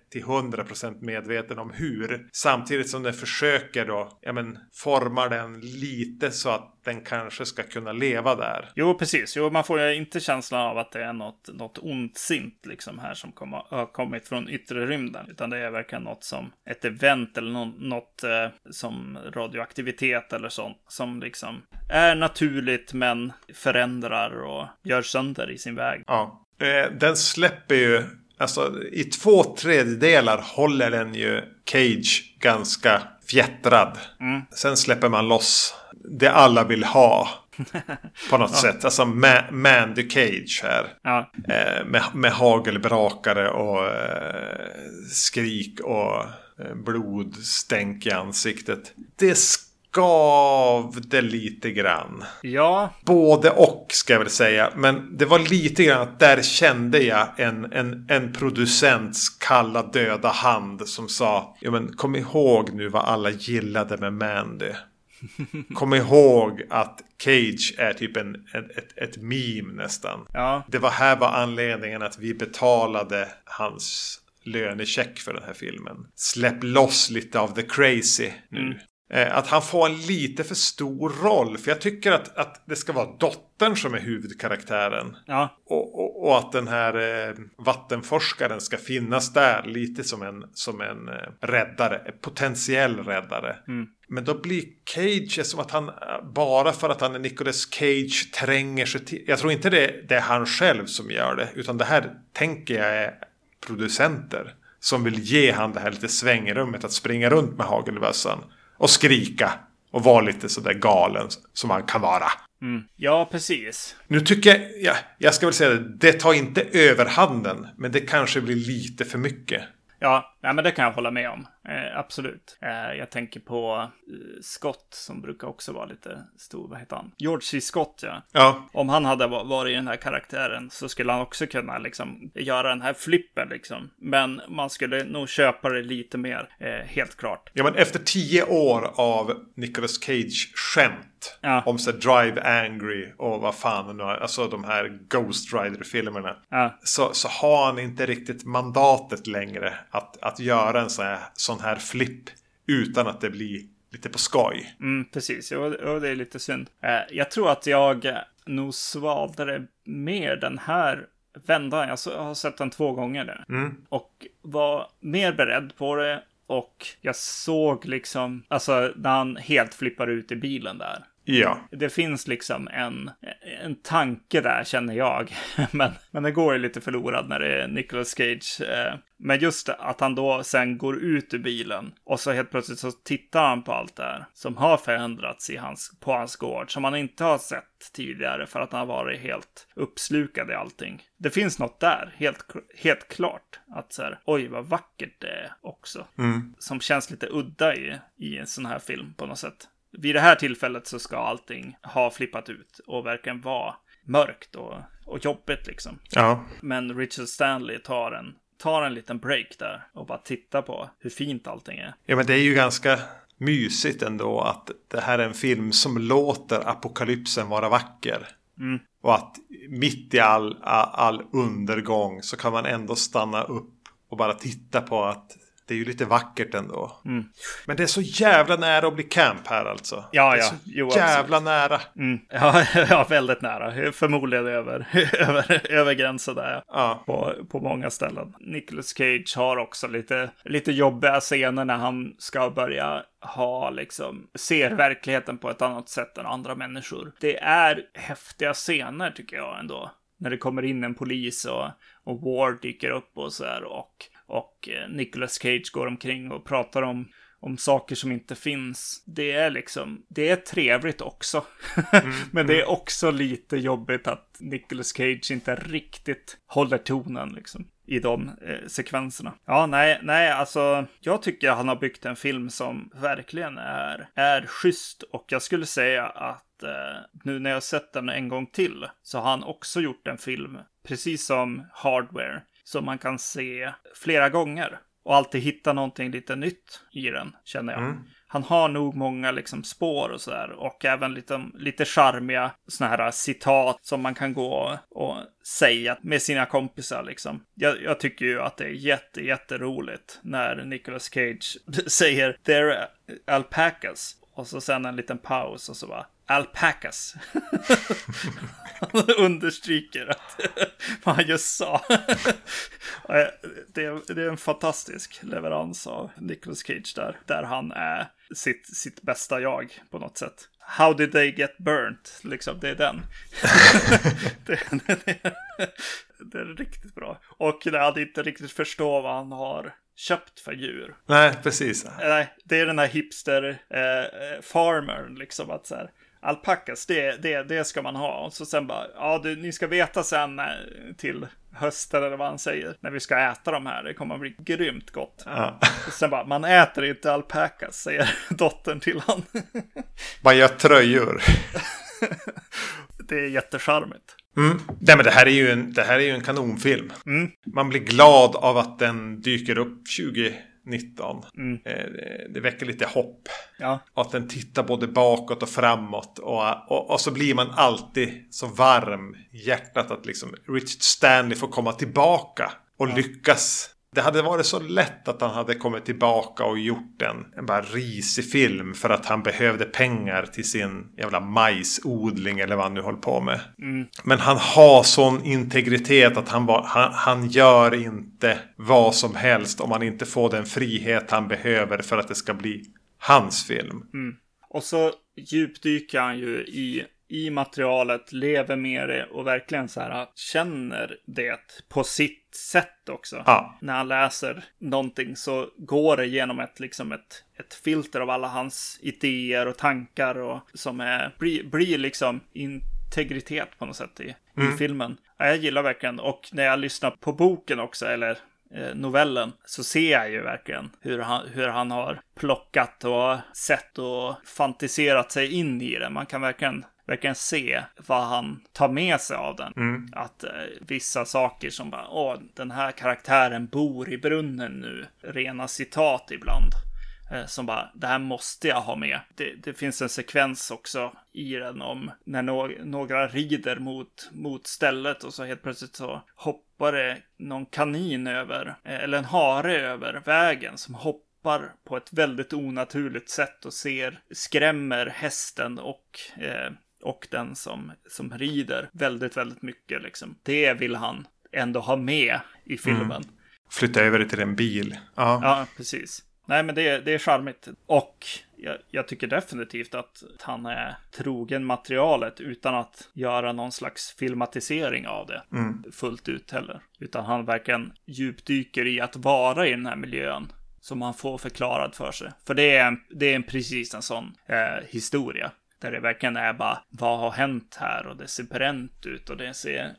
till 100% medveten om hur. Samtidigt som den försöker då, formar den lite så att den kanske ska kunna leva där. Jo, precis. Jo, man får ju inte känslan av att det är något ondsint liksom här som har kommit från yttre rymden. Utan det är verkligen något som ett event eller något som radioaktivitet eller sånt som liksom är naturligt men förändrar och gör sönder i sin väg. Ja. Den släpper ju, alltså i 2/3 håller den ju Cage ganska fjättrad. Sen släpper man loss det alla vill ha på något sätt. Alltså Mandy Cage här. Ja. Med hagelbrakare och skrik och blodstänk i ansiktet. Det skavde lite grann. Ja. Både och ska jag väl säga. Men det var lite grann att där kände jag en producents kalla döda hand som sa, kom ihåg nu vad alla gillade med Mandy. Kom ihåg att Cage är typ ett meme nästan. Ja. Det var anledningen att vi betalade hans lönecheck för den här filmen. Släpp loss lite av the crazy nu. Att han får en lite för stor roll. För jag tycker att det ska vara dottern som är huvudkaraktären. Ja. Och att den här vattenforskaren ska finnas där lite som en räddare. Potentiell räddare. Men då blir Cage som att han, bara för att han är Nicolas Cage, tränger sig till. Jag tror inte det är han själv som gör det. Utan det här tänker jag är producenter som vill ge han det här lite svängrummet att springa runt med hagelbössan. Och skrika. Och vara lite sådär galen som han kan vara. Ja, precis. Nu tycker jag ska väl säga det tar inte överhanden. Men det kanske blir lite för mycket. Ja, men det kan jag hålla med om. Absolut. Jag tänker på Scott som brukar också vara lite stor. Vad heter han? George C. Scott, Ja. Om han hade varit i den här karaktären så skulle han också kunna liksom göra den här flippen liksom. Men man skulle nog köpa det lite mer, helt klart. Ja, men efter 10 år av Nicolas Cage-skämt om så Drive Angry och vad fan nu, alltså de här Ghost Rider-filmerna. Så har han inte riktigt mandatet längre att göra en sån här flipp utan att det blir lite på skoj. Precis, och det är lite synd. Jag tror att jag nog svalde det mer den här vändan. Jag har sett den 2 gånger nu. Och var mer beredd på det. Och jag såg liksom, alltså när han helt flippar ut i bilen där. Ja. Det finns liksom en tanke där, känner jag. men det går ju lite förlorad när det är Nicolas Cage. Men just att han då sen går ut ur bilen. Och så helt plötsligt så tittar han på allt där som har förändrats på hans gård. Som han inte har sett tidigare för att han har varit helt uppslukad i allting. Det finns något där, helt klart. Att så här, oj vad vackert det är också. Som känns lite udda i en sån här film på något sätt. Vid det här tillfället så ska allting ha flippat ut och verkligen vara mörkt och jobbigt liksom. Ja. Men Richard Stanley tar en liten break där och bara tittar på hur fint allting är. Ja, men det är ju ganska mysigt ändå att det här är en film som låter apokalypsen vara vacker. Och att mitt i all undergång så kan man ändå stanna upp och bara titta på att det är ju lite vackert ändå. Men det är så jävla nära att bli camp här alltså. Ja, det är så jävla nära. Ja, väldigt nära. Förmodligen över gränsen där. Ja. På många ställen. Nicolas Cage har också lite jobbiga scener när han ska börja ser verkligheten på ett annat sätt än andra människor. Det är häftiga scener tycker jag ändå. När det kommer in en polis och Ward dyker upp och så här och Nicolas Cage går omkring och pratar om saker som inte finns. Det är trevligt också. Men det är också lite jobbigt att Nicolas Cage inte riktigt håller tonen liksom i de sekvenserna. Ja, nej, alltså jag tycker han har byggt en film som verkligen är schysst, och jag skulle säga att nu när jag sett den en gång till så har han också gjort en film precis som Hardware som man kan se flera gånger och alltid hitta någonting lite nytt i den, känner jag. han har nog många liksom spår och sådär. Och även lite charmiga såna här citat som man kan gå och säga med sina kompisar liksom. Jag tycker ju att det är jätteroligt när Nicolas Cage säger "They're alpacas" och så sen en liten paus och så bara "alpacas". Han understryker att vad han just sa. Det är en fantastisk leverans av Nicolas Cage där han är sitt bästa jag på något sätt. How did they get burnt? Liksom, det är den. Det är riktigt bra. Och jag hade inte riktigt förstå vad han har köpt för djur. Nej, precis. Nej, det är den här hipster farmern liksom, att så här, alpacas, det ska man ha. Och så sen bara, ja ni ska veta sen till hösten eller vad han säger, när vi ska äta de här, det kommer att bli grymt gott. Ja. Och sen bara, man äter inte alpacas, säger dottern till han. Man gör tröjor. Det är jättecharmigt. Nej, men det här är ju en kanonfilm. Man blir glad av att den dyker upp 2019. Det väcker lite hopp. Ja. Och att den tittar både bakåt och framåt. Och så blir man alltid så varm i hjärtat att liksom Richard Stanley får komma tillbaka och lyckas. Det hade varit så lätt att han hade kommit tillbaka och gjort en bara risig film för att han behövde pengar till sin jävla majsodling eller vad han nu håller på med. Men han har sån integritet att han gör inte vad som helst om han inte får den frihet han behöver för att det ska bli hans film. Och så djupdyker han ju i materialet, lever med det och verkligen så här känner det på sitt sätt också. Ja. När han läser någonting så går det genom ett filter av alla hans idéer och tankar och som blir liksom integritet på något sätt i filmen. Ja, jag gillar verkligen, och när jag lyssnar på boken också, eller novellen, så ser jag ju verkligen hur han har plockat och sett och fantiserat sig in i det. Man kan verkligen se vad han tar med sig av den. Att vissa saker som bara, den här karaktären bor i brunnen nu. Rena citat ibland. Som bara, det här måste jag ha med. Det finns en sekvens också i den om när några rider mot stället och så helt plötsligt så hoppar det någon kanin över, eller en hare över vägen som hoppar på ett väldigt onaturligt sätt och skrämmer hästen och den som rider väldigt, väldigt mycket liksom. Det vill han ändå ha med i filmen. Flytta över det till en bil. Ja, precis. Nej, men det är charmigt. Och jag tycker definitivt att han är trogen materialet utan att göra någon slags filmatisering av det fullt ut heller. Utan han verkligen djupdyker i att vara i den här miljön som han får förklarad för sig. För det är precis en sån historia. Där det verkligen är bara, vad har hänt här? Och det ser bränt ut och det ser...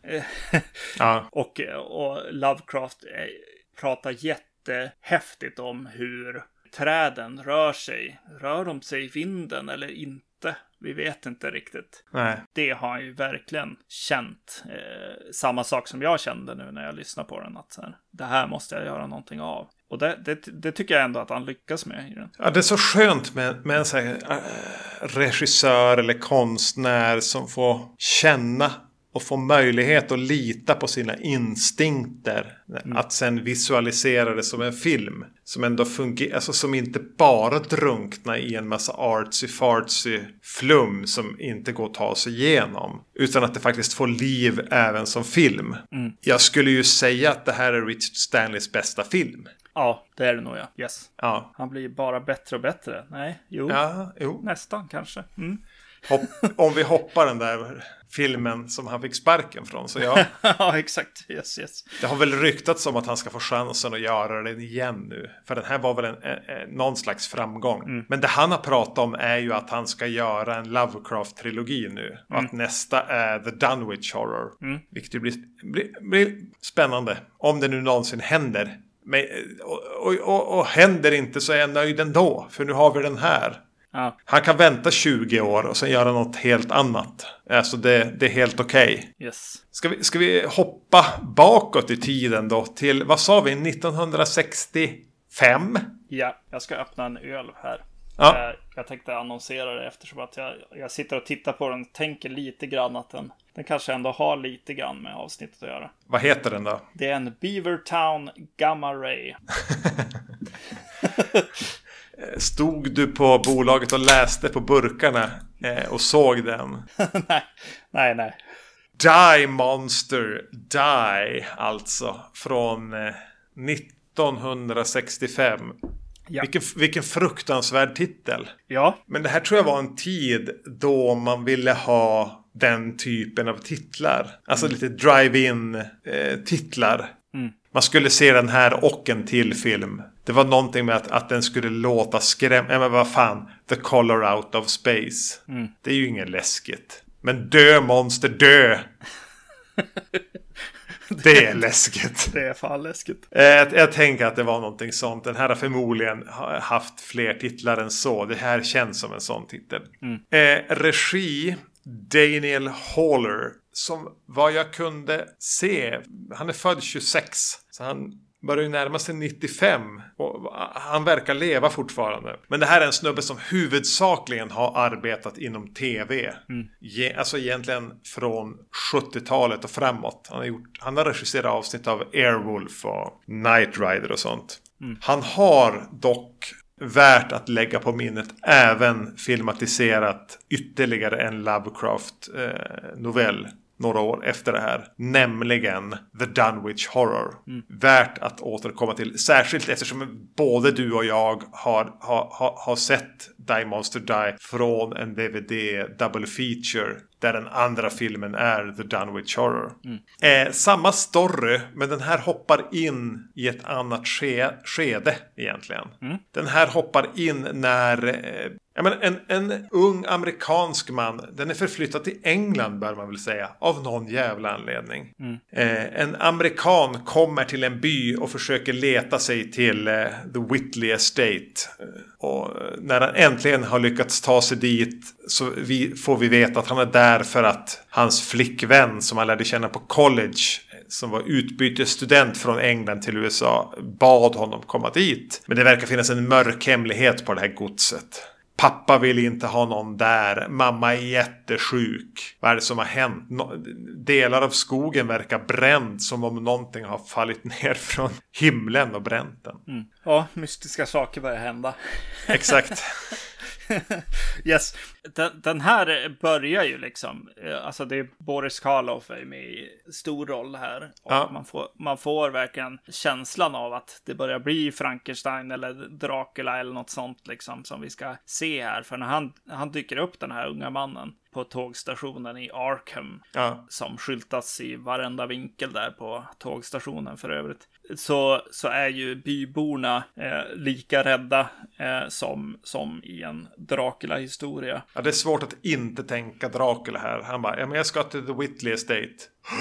och Lovecraft pratar jättehäftigt om hur träden rör sig. Rör de sig i vinden eller inte? Vi vet inte riktigt. Nej. Det har han ju verkligen känt. Samma sak som jag kände nu när jag lyssnade på den. Att så här, det här måste jag göra någonting av. Och det tycker jag ändå att han lyckas med i den. Ja, det är så skönt med en sån här regissör eller konstnär som får känna och få möjlighet att lita på sina instinkter. Att sen visualisera det som en film. Som ändå fungerar, alltså som inte bara drunknar i en massa artsy-fartsy flum som inte går att ta sig igenom. Utan att det faktiskt får liv även som film. Jag skulle ju säga att det här är Richard Stanleys bästa film. Ja, det är det nog, ja. Yes. Ja. Han blir bara bättre och bättre. Nej, jo. Ja, jo. Nästan kanske. Om vi hoppar den där filmen som han fick sparken från, så ja. Ja, exakt. Yes. Det har väl ryktats om att han ska få chansen att göra den igen nu. För den här var väl någon slags framgång. Men det han har pratat om är ju att han ska göra en Lovecraft-trilogi nu. Och att nästa är The Dunwich Horror. Vilket blir spännande. Om det nu någonsin händer. Men, och händer inte så är jag nöjd ändå. För nu har vi den här. Ja. Han kan vänta 20 år och sen göra något helt annat. Alltså det är helt okej. Yes. Ska vi hoppa bakåt i tiden då till, vad sa vi, 1965? Ja, jag ska öppna en öl här. Ja. Jag tänkte annonsera det eftersom att jag sitter och tittar på den och tänker lite grann att den kanske ändå har lite grann med avsnittet att göra. Vad heter den då? Det är en Beavertown Gamma Ray. Stod du på bolaget och läste på burkarna och såg den? Nej. Die Monster Die, alltså. Från 1965. Ja. Vilken fruktansvärd titel. Ja. Men det här tror jag var en tid då man ville ha den typen av titlar. Alltså lite drive-in titlar. Man skulle se den här och en till film. Det var någonting med att den skulle låta men vad fan. The Color Out of Space. Det är ju ingen läskigt. Men dö monster, dö! Det är läskigt. Det är fan läskigt. Jag tänker att det var någonting sånt. Den här har förmodligen haft fler titlar än så. Det här känns som en sån titel. Regi Daniel Haller. Som vad jag kunde se. Han är född 26. Så han börjar ju närma sig 95. Och han verkar leva fortfarande. Men det här är en snubbe som huvudsakligen har arbetat inom tv. Alltså egentligen från 70-talet och framåt. Han har regisserat avsnitt av Airwolf och Knight Rider och sånt. Han har dock, värt att lägga på minnet, även filmatiserat ytterligare en Lovecraft-novell några år efter det här. Nämligen The Dunwich Horror. Värt att återkomma till. Särskilt eftersom både du och jag har sett Die Monster Die från en DVD double feature. Där den andra filmen är The Dunwich Horror. Samma story, men den här hoppar in i ett annat skede egentligen. Den här hoppar in när en ung amerikansk man, den är förflyttad till England bör man väl säga, av någon jävla anledning. En amerikan kommer till en by och försöker leta sig till The Whitley Estate. Och när han äntligen har lyckats ta sig dit så får vi veta att han är där för att hans flickvän som han lärde känna på college, som var utbytesstudent från England till USA, bad honom komma dit. Men det verkar finnas en mörk hemlighet på det här godset. Pappa vill inte ha någon där. Mamma är jättesjuk. Vad är det som har hänt? Delar av skogen verkar bränd, som om någonting har fallit ner från himlen och bränt den. Ja, mystiska saker börjar hända. Exakt. Yes. Den här börjar ju liksom, alltså det är Boris Karloff är med i stor roll här. Och man får verkligen känslan av att det börjar bli Frankenstein eller Dracula eller något sånt liksom som vi ska se här. För när han dyker upp, den här unga mannen, på tågstationen i Arkham, som skyltas i varenda vinkel där på tågstationen för övrigt, så är ju byborna lika rädda som i en Dracula-historia. Ja, det är svårt att inte tänka Dracula här. Han bara, men jag ska till The Whitley Estate.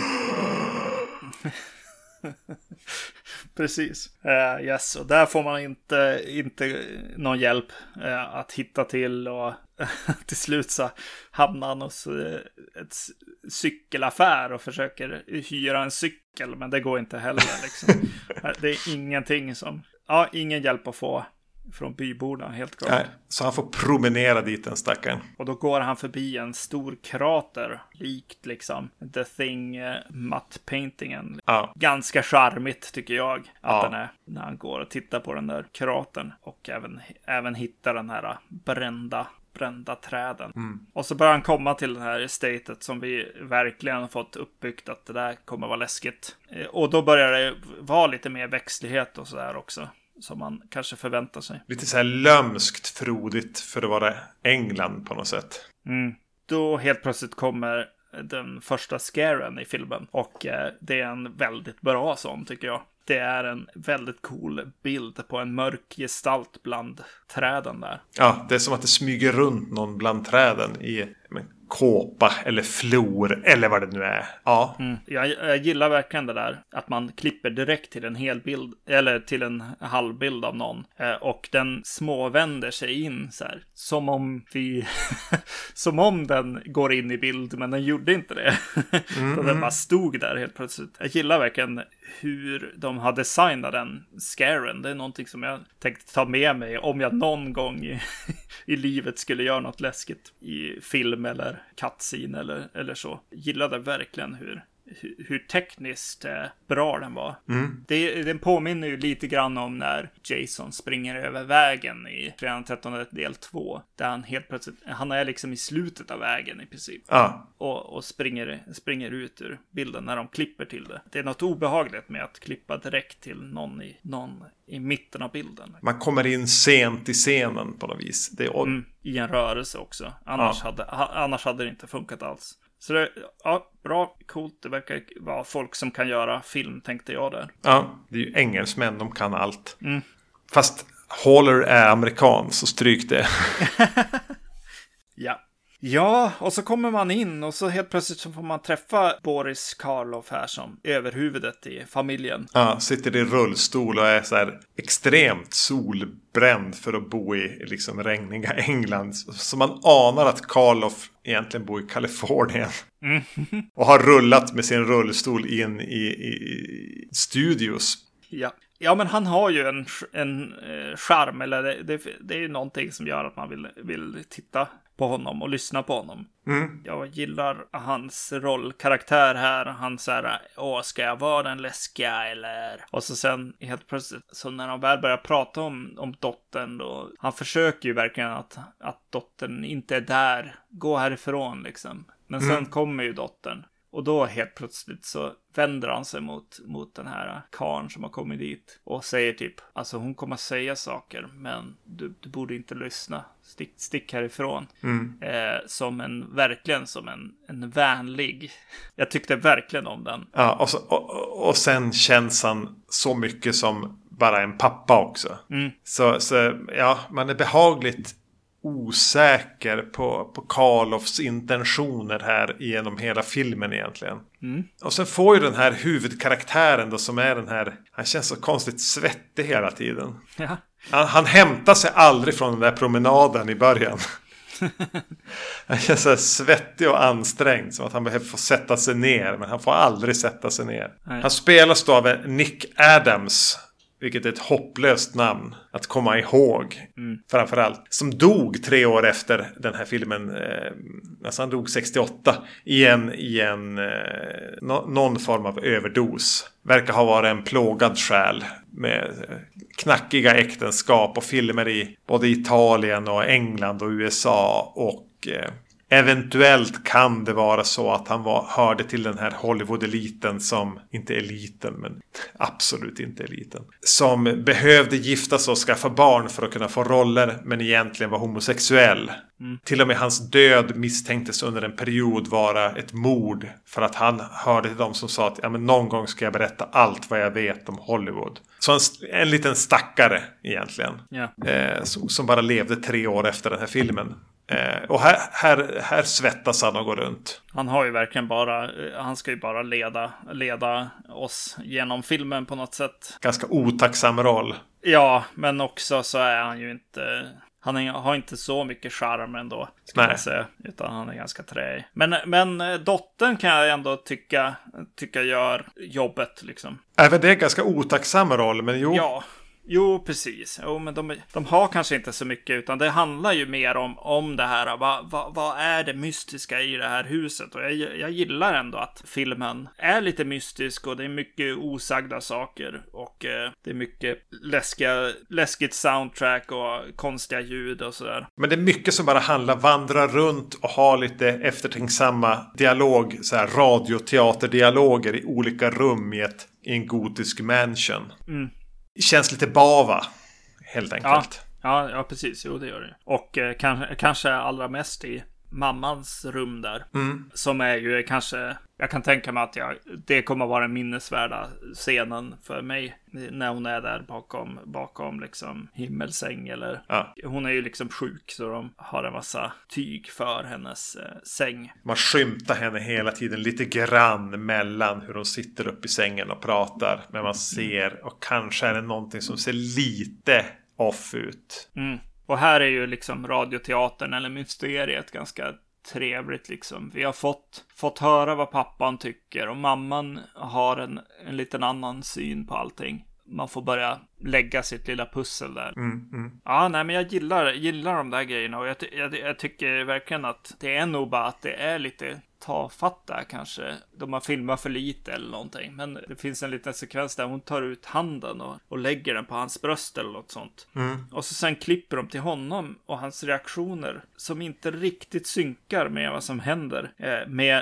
Precis. Yes, och där får man inte någon hjälp att hitta till, och till slut så hamnar han hos ett cykelaffär och försöker hyra en cykel, men det går inte heller liksom. Det är ingenting ingen hjälp att få från byborna, helt klart. Nej, så han får promenera dit, den stackaren. Och då går han förbi en stor krater, likt liksom The Thing mattpaintingen. Ganska charmigt tycker jag att den är, när han går och tittar på den där kratern och även hittar den här brända träden. Och så börjar han komma till den här estatet som vi verkligen har fått uppbyggt att det där kommer vara läskigt. Och då börjar det vara lite mer växtlighet och sådär också, som man kanske förväntar sig. Lite så här lömskt frodigt för att vara England på något sätt. Då helt plötsligt kommer den första scaren i filmen. Och det är en väldigt bra sån, tycker jag. Det är en väldigt cool bild på en mörk gestalt bland träden där. Ja, det är som att det smyger runt någon bland träden i kåpa eller flor eller vad det nu är. Jag gillar verkligen det där att man klipper direkt till en hel bild eller till en halvbild av någon, och den småvänder sig in så här, som om som om den går in i bild, men den gjorde inte det. Och den bara stod där helt plötsligt. Jag gillar verkligen hur de har designat den scaren. Det är någonting som jag tänkte ta med mig om jag någon gång i livet skulle göra något läskigt i film eller cutscene eller så. Gillade verkligen hur tekniskt bra den var. Den påminner ju lite grann om när Jason springer över vägen i Fredagen den 13 del 2. Där han helt plötsligt, han är liksom i slutet av vägen i princip. Och springer ut ur bilden när de klipper till det. Det är något obehagligt med att klippa direkt till någon i mitten av bilden. Man kommer in sent i scenen på något vis. Det är i en rörelse också. Annars hade det inte funkat alls. Så det, bra, coolt. Det verkar vara folk som kan göra film, tänkte jag där. Ja, det är ju engelsmän, de kan allt. Fast Haller är amerikan, så stryk det. Ja, och så kommer man in och så helt plötsligt så får man träffa Boris Karloff här som överhuvudet i familjen. Ja, sitter i rullstol och är så här extremt solbränd för att bo i liksom regniga England. Så man anar att Karloff egentligen bor i Kalifornien. Och har rullat med sin rullstol in i studios. Ja, men han har ju en charm, eller det är ju någonting som gör att man vill titta på honom och lyssna på honom. Jag gillar hans rollkaraktär här. Han säger, ska jag vara den läskiga eller? Och så sen helt plötsligt, så när de väl börjar prata om dottern då, han försöker ju verkligen att dottern inte är där. Gå härifrån liksom. Men sen kommer ju dottern. Och då helt plötsligt så vänder han sig mot den här karn som har kommit dit. Och säger typ, alltså hon kommer säga saker, men du borde inte lyssna. Stick härifrån. Verkligen som en vänlig. Jag tyckte verkligen om den. Ja, och sen känns han så mycket som bara en pappa också. Så ja, man är behagligt osäker på Karloffs intentioner här genom hela filmen egentligen. Och sen får ju den här huvudkaraktären då, som är den här, han känns så konstigt svettig hela tiden. Ja. Han hämtar sig aldrig från den där promenaden i början. Han känns så svettig och ansträngd, som att han behöver få sätta sig ner, men han får aldrig sätta sig ner. Nej. Han spelas då av Nick Adams, vilket är ett hopplöst namn att komma ihåg. Framförallt. Som dog 3 år efter den här filmen. Alltså han dog 68. I någon form av överdos. Verkar ha varit en plågad själ. Med knackiga äktenskap och filmer i både Italien och England och USA. Och eventuellt kan det vara så att han hörde till den här Hollywood-eliten som, inte eliten men absolut inte eliten, som behövde gifta sig och skaffa barn för att kunna få roller, men egentligen var homosexuell. Till och med hans död misstänktes under en period vara ett mord, för att han hörde till dem som sa att men någon gång ska jag berätta allt vad jag vet om Hollywood. Så en liten stackare egentligen. Som bara levde 3 år efter den här filmen. Och här svettas han och går runt. Han har ju verkligen han ska ju bara leda oss genom filmen på något sätt. Ganska otacksam roll. Ja, men också så är han ju inte, han har inte så mycket charm ändå, ska man säga, utan han är ganska träig. Men dottern kan jag ändå tycka gör jobbet liksom. Även det är ganska otacksam roll, men jo. Ja. Jo, precis. Jo, men de har kanske inte så mycket, utan det handlar ju mer om det här. Vad är det mystiska i det här huset? Och jag gillar ändå att filmen är lite mystisk, och det är mycket osagda saker. Och det är mycket läskigt soundtrack och konstiga ljud och sådär. Men det är mycket som bara vandra runt och ha lite eftertänksamma dialog, så här radioteaterdialoger i olika rum i en gotisk mansion. Känns lite Bava, helt enkelt. Ja, precis. Jo, det gör det. Och kanske allra mest i mammans rum där. Som är ju kanske, jag kan tänka mig att det kommer att vara den minnesvärda scenen för mig. När hon är där bakom liksom himmelsäng. Eller, hon är ju liksom sjuk, så de har en massa tyg för hennes säng. Man skymtar henne hela tiden lite grann mellan hur hon sitter upp i sängen och pratar. Men man ser, och kanske är det någonting som ser lite off ut. Och här är ju liksom radioteatern eller mysteriet ganska trevligt liksom. Vi har fått höra vad pappan tycker och mamman har en liten annan syn på allting. Man får börja lägga sitt lilla pussel där. Ja, nej, men jag gillar de där grejerna. Och jag tycker verkligen att det är nog bara att det är lite tafatt där kanske. De har filmat för lite eller någonting. Men det finns en liten sekvens där hon tar ut handen och lägger den på hans bröst eller något sånt. Och så sen klipper de till honom och hans reaktioner som inte riktigt synkar med vad som händer. Med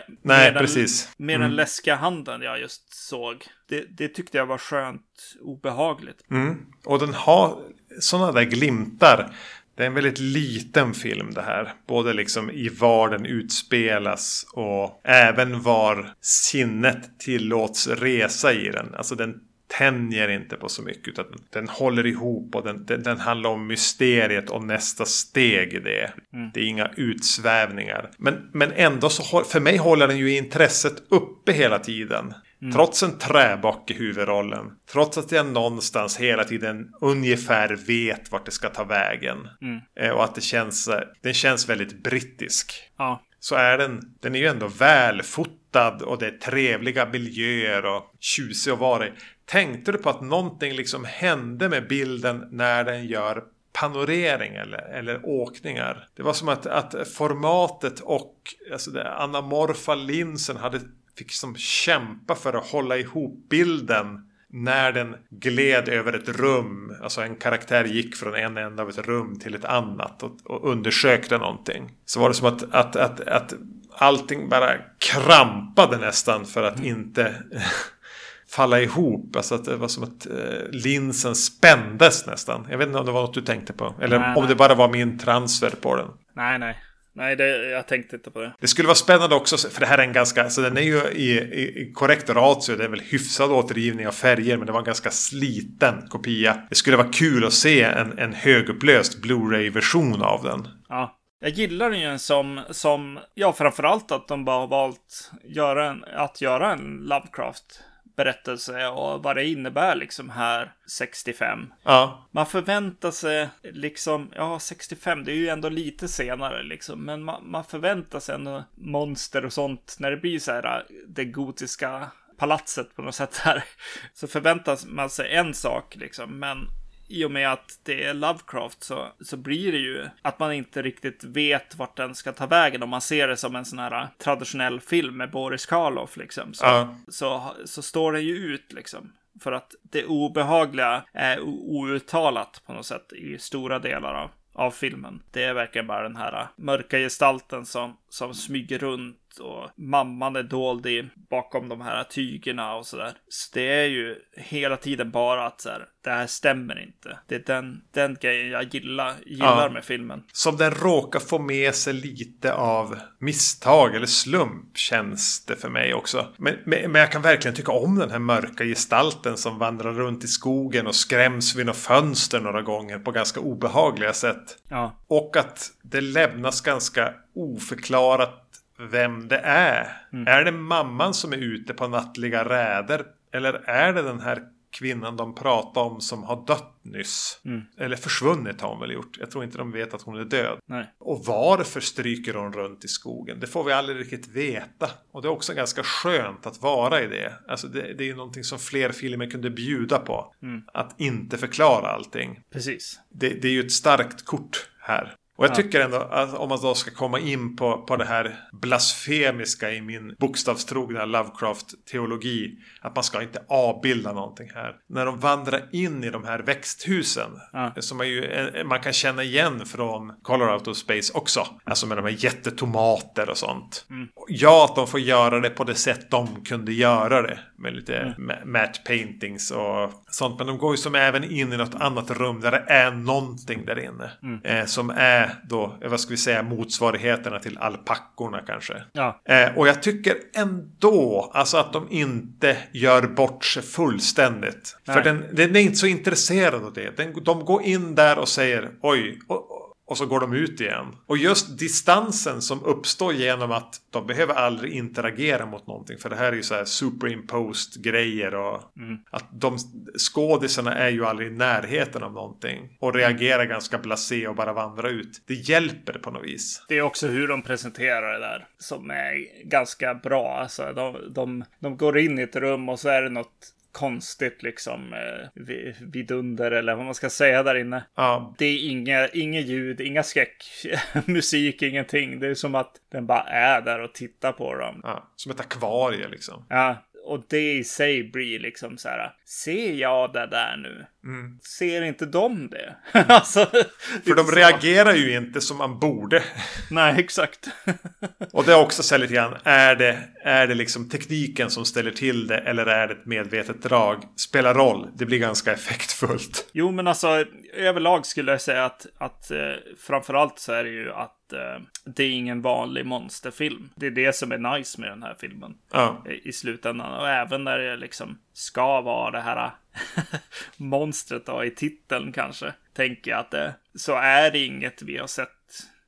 den läskiga handen jag just såg. Det tyckte jag var skönt obehagligt. Och den har sådana där glimtar. Det är en väldigt liten film det här. Både liksom i var den utspelas och även var sinnet tillåts resa i den. Alltså den tänjer inte på så mycket utan den håller ihop och den handlar om mysteriet och nästa steg i det. Det är inga utsvävningar. Men ändå så för mig håller den ju intresset uppe hela tiden. Trots en träbock i huvudrollen. Trots att jag någonstans hela tiden ungefär vet vart det ska ta vägen. Och att den känns väldigt brittisk. Ja. Så är den är ju ändå välfotad och det är trevliga miljöer och tjusig att vara i. Tänkte du på att någonting liksom hände med bilden när den gör panorering eller åkningar? Det var som att formatet och alltså den anamorfa linsen fick som kämpa för att hålla ihop bilden när den gled över ett rum. Alltså en karaktär gick från en ända av ett rum till ett annat och undersökte någonting. Så var det som att allting bara krampade nästan för att inte falla ihop. Alltså att det var som att linsen spändes nästan. Jag vet inte om det var något du tänkte på. Eller om det bara var min transfer på den. Nej. Nej, jag tänkte inte på det. Det skulle vara spännande också, för det här är en ganska, så den är ju i korrekt ratio, det är väl hyfsad återgivning av färger, men det var en ganska sliten kopia. Det skulle vara kul att se en högupplöst Blu-ray-version av den. Ja. Jag gillar den ju som ja, framförallt att de bara har valt att göra en Lovecraft-berättelse och vad det innebär liksom här 65. Ja. Man förväntar sig liksom, 65, det är ju ändå lite senare liksom, men man förväntar sig ändå monster och sånt när det blir så här det gotiska palatset på något sätt här. Så förväntar man sig en sak liksom, men i och med att det är Lovecraft så blir det ju att man inte riktigt vet vart den ska ta vägen om man ser det som en sån här traditionell film med Boris Karloff liksom. Så står den ju ut liksom. För att det obehagliga är outtalat på något sätt i stora delar av filmen. Det är verkligen bara den här mörka gestalten som smyger runt och mamman är dold bakom de här tygerna och sådär. Så det är ju hela tiden bara att så här, det här stämmer inte. Det är den grejen jag gillar med filmen. Som den råkar få med sig lite av misstag eller slump känns det för mig också. Men jag kan verkligen tycka om den här mörka gestalten som vandrar runt i skogen och skräms vid något fönster några gånger på ganska obehagliga sätt. Ja. Och att det lämnas ganska oförklarat vem det är. Är det mamman som är ute på nattliga räder? Eller är det den här kvinnan de pratar om som har dött nyss? Eller försvunnit har hon väl gjort. Jag tror inte de vet att hon är död. Nej. Och varför stryker hon runt i skogen? Det får vi aldrig riktigt veta. Och det är också ganska skönt att vara i det. Alltså det är ju någonting som fler filmer kunde bjuda på. Att inte förklara allting. Precis. Det är ju ett starkt kort här. Och jag tycker ändå att om man då ska komma in på det här blasfemiska i min bokstavstrogna Lovecraft-teologi, att man ska inte avbilda någonting här. När de vandrar in i de här växthusen, som man kan känna igen från Color Out of Space också. Alltså med de här jättetomater och sånt. Ja, att de får göra det på det sätt de kunde göra det. Med lite matte paintings och sånt. Men de går ju som även in i något annat rum där det är någonting där inne. Som är då, vad ska vi säga, motsvarigheterna till alpackorna kanske. Ja. Och jag tycker ändå alltså att de inte gör bort sig fullständigt. Nej. För den är inte så intresserad av det. De går in där och säger oj, och så går de ut igen. Och just distansen som uppstår genom att de behöver aldrig interagera mot någonting. För det här är ju så här superimposed grejer. Och att de skådisarna är ju aldrig i närheten av någonting. Och reagerar ganska blasé och bara vandrar ut. Det hjälper på något vis. Det är också hur de presenterar det där som är ganska bra. Alltså, de går in i ett rum och så är det något konstigt liksom vidunder eller vad man ska säga där inne. Ja. Det är inga ljud, inga skräckmusik, ingenting. Det är som att den bara är där och tittar på dem. Ja, som ett akvarie liksom. Ja, och det i sig blir liksom så här, ser jag det där nu? Ser inte de det? Alltså, för de reagerar ju inte som man borde. Nej, exakt. Och det är också så lite grann, är det liksom tekniken som ställer till det eller är det ett medvetet drag? Spelar roll, det blir ganska effektfullt. Jo, men alltså överlag skulle jag säga att framförallt så är det ju att det är ingen vanlig monsterfilm. Det är det som är nice med den här filmen. Ja. I slutändan. Och även när det liksom ska vara det här monstret då, i titeln kanske. Tänker jag att så är det inget vi har sett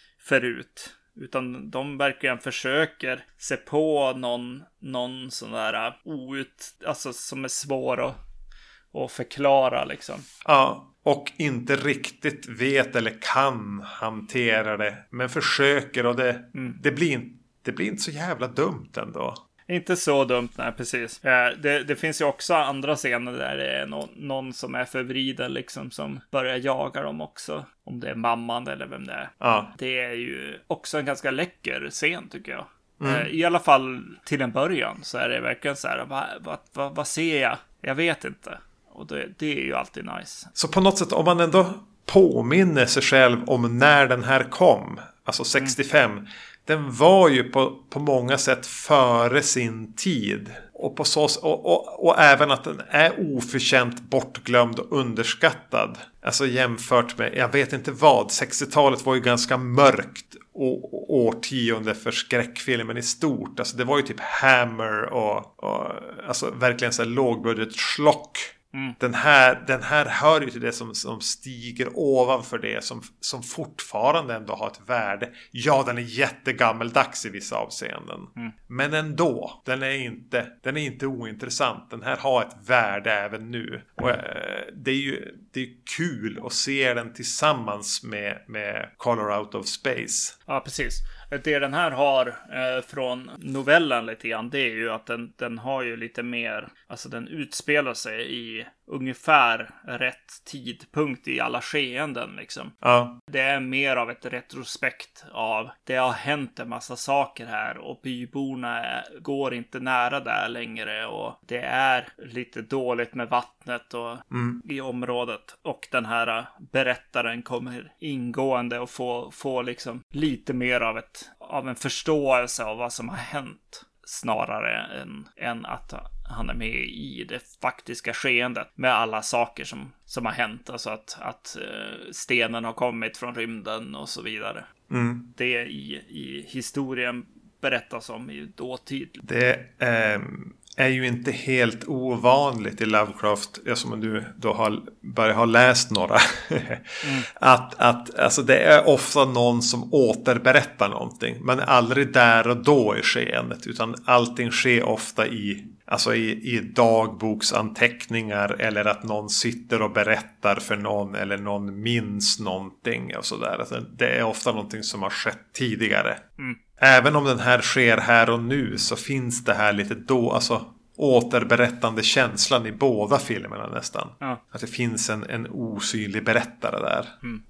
förut. Utan de verkligen försöker se på någon sån där alltså som är svår att förklara liksom. Ja, och inte riktigt vet eller kan hantera det. Men försöker och det blir inte så jävla dumt ändå. Inte så dumt, nej precis. Det finns ju också andra scener där det är någon som är förvriden liksom som börjar jaga dem också. Om det är mamman eller vem det är. Ja. Det är ju också en ganska läcker scen tycker jag. I alla fall till en början så är det verkligen så här, vad ser jag? Jag vet inte. Och det är ju alltid nice. Så på något sätt om man ändå påminner sig själv om när den här kom. Alltså 65. Den var ju på många sätt före sin tid. Och, och även att den är oförtjänt bortglömd och underskattad. Alltså jämfört med, jag vet inte vad. 60-talet var ju ganska mörkt årtionde för skräckfilmen i stort. Alltså det var ju typ Hammer och alltså verkligen så här lågbudget schlock. Den här hör ju till det som stiger ovanför det som fortfarande ändå har ett värde. Ja, den är jättegammeldags i vissa avseenden. Men ändå, den är inte ointressant. Den här har ett värde även nu. Och det är kul att se den tillsammans med Color Out of Space. Ja, precis. Det den här har från novellen lite grann, det är ju att den har ju lite mer, alltså den utspelar sig i ungefär rätt tidpunkt i alla skeenden liksom. Ja. Det är mer av ett retrospekt av det har hänt en massa saker här och byborna går inte nära där längre och det är lite dåligt med vattnet och i området och den här berättaren kommer ingående och få liksom lite mer av en förståelse av vad som har hänt snarare än att han är med i det faktiska skeendet med alla saker som har hänt. Alltså att stenen har kommit från rymden och så vidare. Det i historien berättas om i dåtid. Det är ju inte helt ovanligt i Lovecraft, som du då börjar ha läst några, att alltså det är ofta någon som återberättar någonting, men aldrig där och då i skeendet, utan allting sker ofta i dagboksanteckningar eller att någon sitter och berättar för någon eller någon minns någonting och sådär. Alltså det är ofta någonting som har skett tidigare. Även om den här sker här och nu så finns det här lite återberättande känslan i båda filmerna nästan. Ja. Att det finns en osynlig berättare där.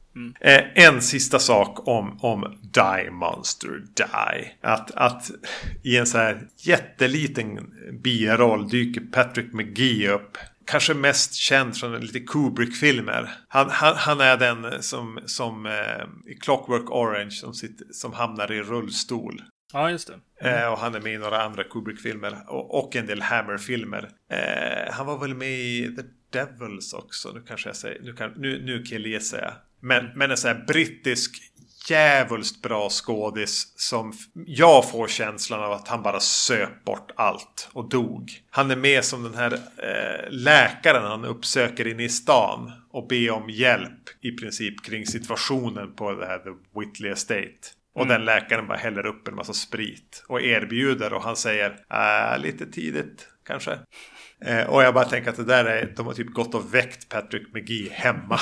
En sista sak om Die Monster Die. Att i en så här jätteliten biroll dyker Patrick McGee upp. Kanske mest känd från lite Kubrick-filmer. Han är den som i Clockwork Orange som hamnar i rullstol. Ja, just det. Och han är med i några andra Kubrick-filmer och en del Hammer-filmer. Han var väl med i The Devils också. Nu kanske jag säger, nu killgissar jag. Men en sån här brittisk jävulst bra skådis som jag får känslan av att han bara söp bort allt och dog. Han är med som den här läkaren han uppsöker in i stan och be om hjälp i princip kring situationen på det här The Whitley Estate. Och den läkaren bara häller upp en massa sprit och erbjuder, och han säger lite tidigt kanske. Och jag bara tänker att det där är, de har typ gått och väckt Patrick McGee hemma.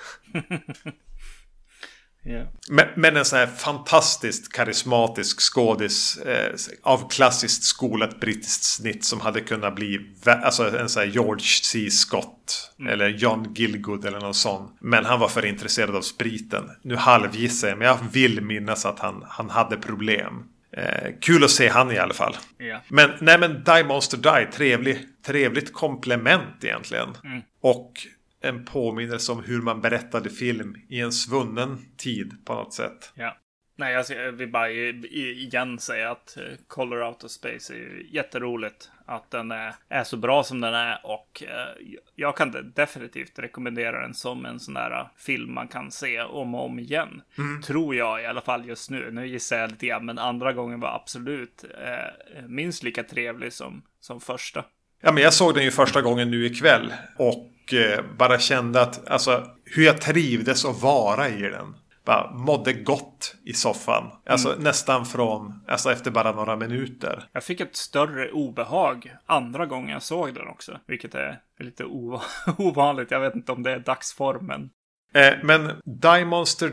Yeah. Men en sån här fantastiskt karismatisk skådis av klassiskt skolat brittiskt snitt som hade kunnat bli alltså en sån här George C. Scott eller John Gielgud eller någon sån. Men han var för intresserad av spriten. Nu halvgissar jag, men jag vill minnas att han hade problem. Kul att se han i alla fall. Yeah. Men Die Monster Die, trevligt komplement egentligen. Och en påminnelse om hur man berättade film i en svunnen tid på något sätt. Ja. Nej, jag vill bara igen säga att Color Out of Space är jätteroligt. Att den är så bra som den är. Och jag kan definitivt rekommendera den som en sån där film man kan se om och om igen. Tror jag i alla fall just nu. Nu gissar jag lite grann, men andra gången var absolut minst lika trevlig som första. Ja, men jag såg den ju första gången nu ikväll. Och bara kände att alltså, hur jag trivdes att vara i den. Bara mådde gott i soffan. Alltså nästan efter bara några minuter. Jag fick ett större obehag andra gången jag såg den också. Vilket är lite ovanligt. Jag vet inte om det är dagsformen. Men Die Monster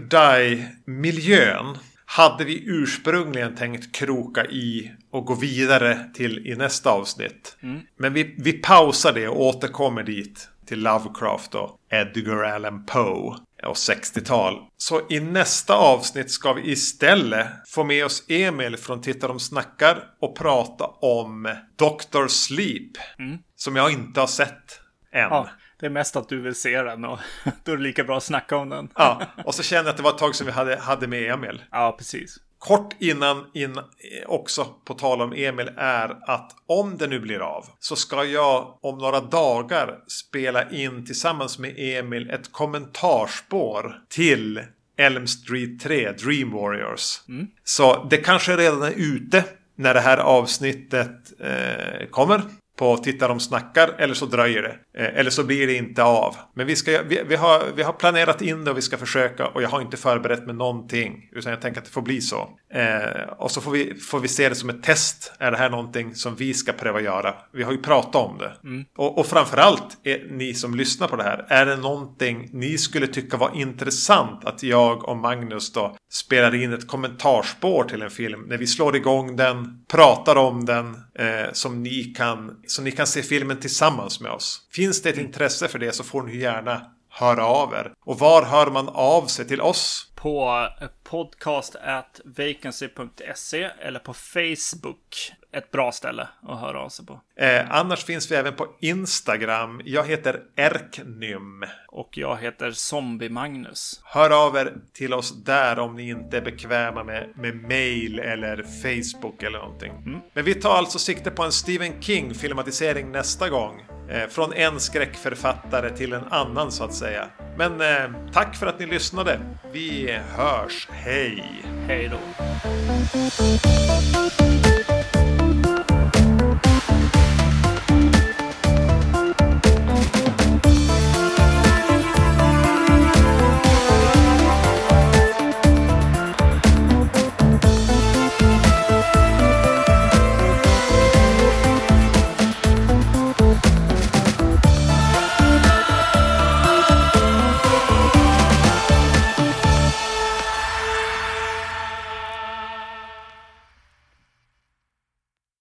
Die-miljön hade vi ursprungligen tänkt kroka i och gå vidare till i nästa avsnitt. Men vi pausar det och återkommer dit till Lovecraft och Edgar Allan Poe och 60-tal. Så i nästa avsnitt ska vi istället få med oss Emil från Titta de snackar och prata om Dr. Sleep. Som jag inte har sett än. Ja, det är mest att du vill se den och då är det lika bra att snacka om den. Ja, och så kände jag att det var ett tag som vi hade med Emil. Ja, precis. Kort innan också på tal om Emil är att om det nu blir av så ska jag om några dagar spela in tillsammans med Emil ett kommentarspår till Elm Street 3 Dream Warriors. Så det kanske redan är ute när det här avsnittet kommer på Titta de snackar, eller så dröjer det. Eller så blir det inte av. Men vi har planerat in det och vi ska försöka, och jag har inte förberett med någonting. Utan jag tänker att det får bli så. Och så får vi se det som ett test. Är det här någonting som vi ska pröva göra? Vi har ju pratat om det. Och framförallt ni som lyssnar på det här. Är det någonting ni skulle tycka var intressant att jag och Magnus då spelar in ett kommentarspår till en film? När vi slår igång den, pratar om den, som ni kan se filmen tillsammans med oss. Finns det ett intresse för det så får ni gärna höra av er. Och var hör man av sig till oss? På podcast@vacancy.se eller på Facebook. Ett bra ställe att höra av sig på. Annars finns vi även på Instagram. Jag heter Erknym. Och jag heter Zombie Magnus. Hör av er till oss där om ni inte är bekväma med mail eller Facebook eller någonting. Men vi tar alltså sikte på en Stephen King-filmatisering nästa gång. Från en skräckförfattare till en annan så att säga. Men tack för att ni lyssnade. Vi hörs. Hej! Hej då!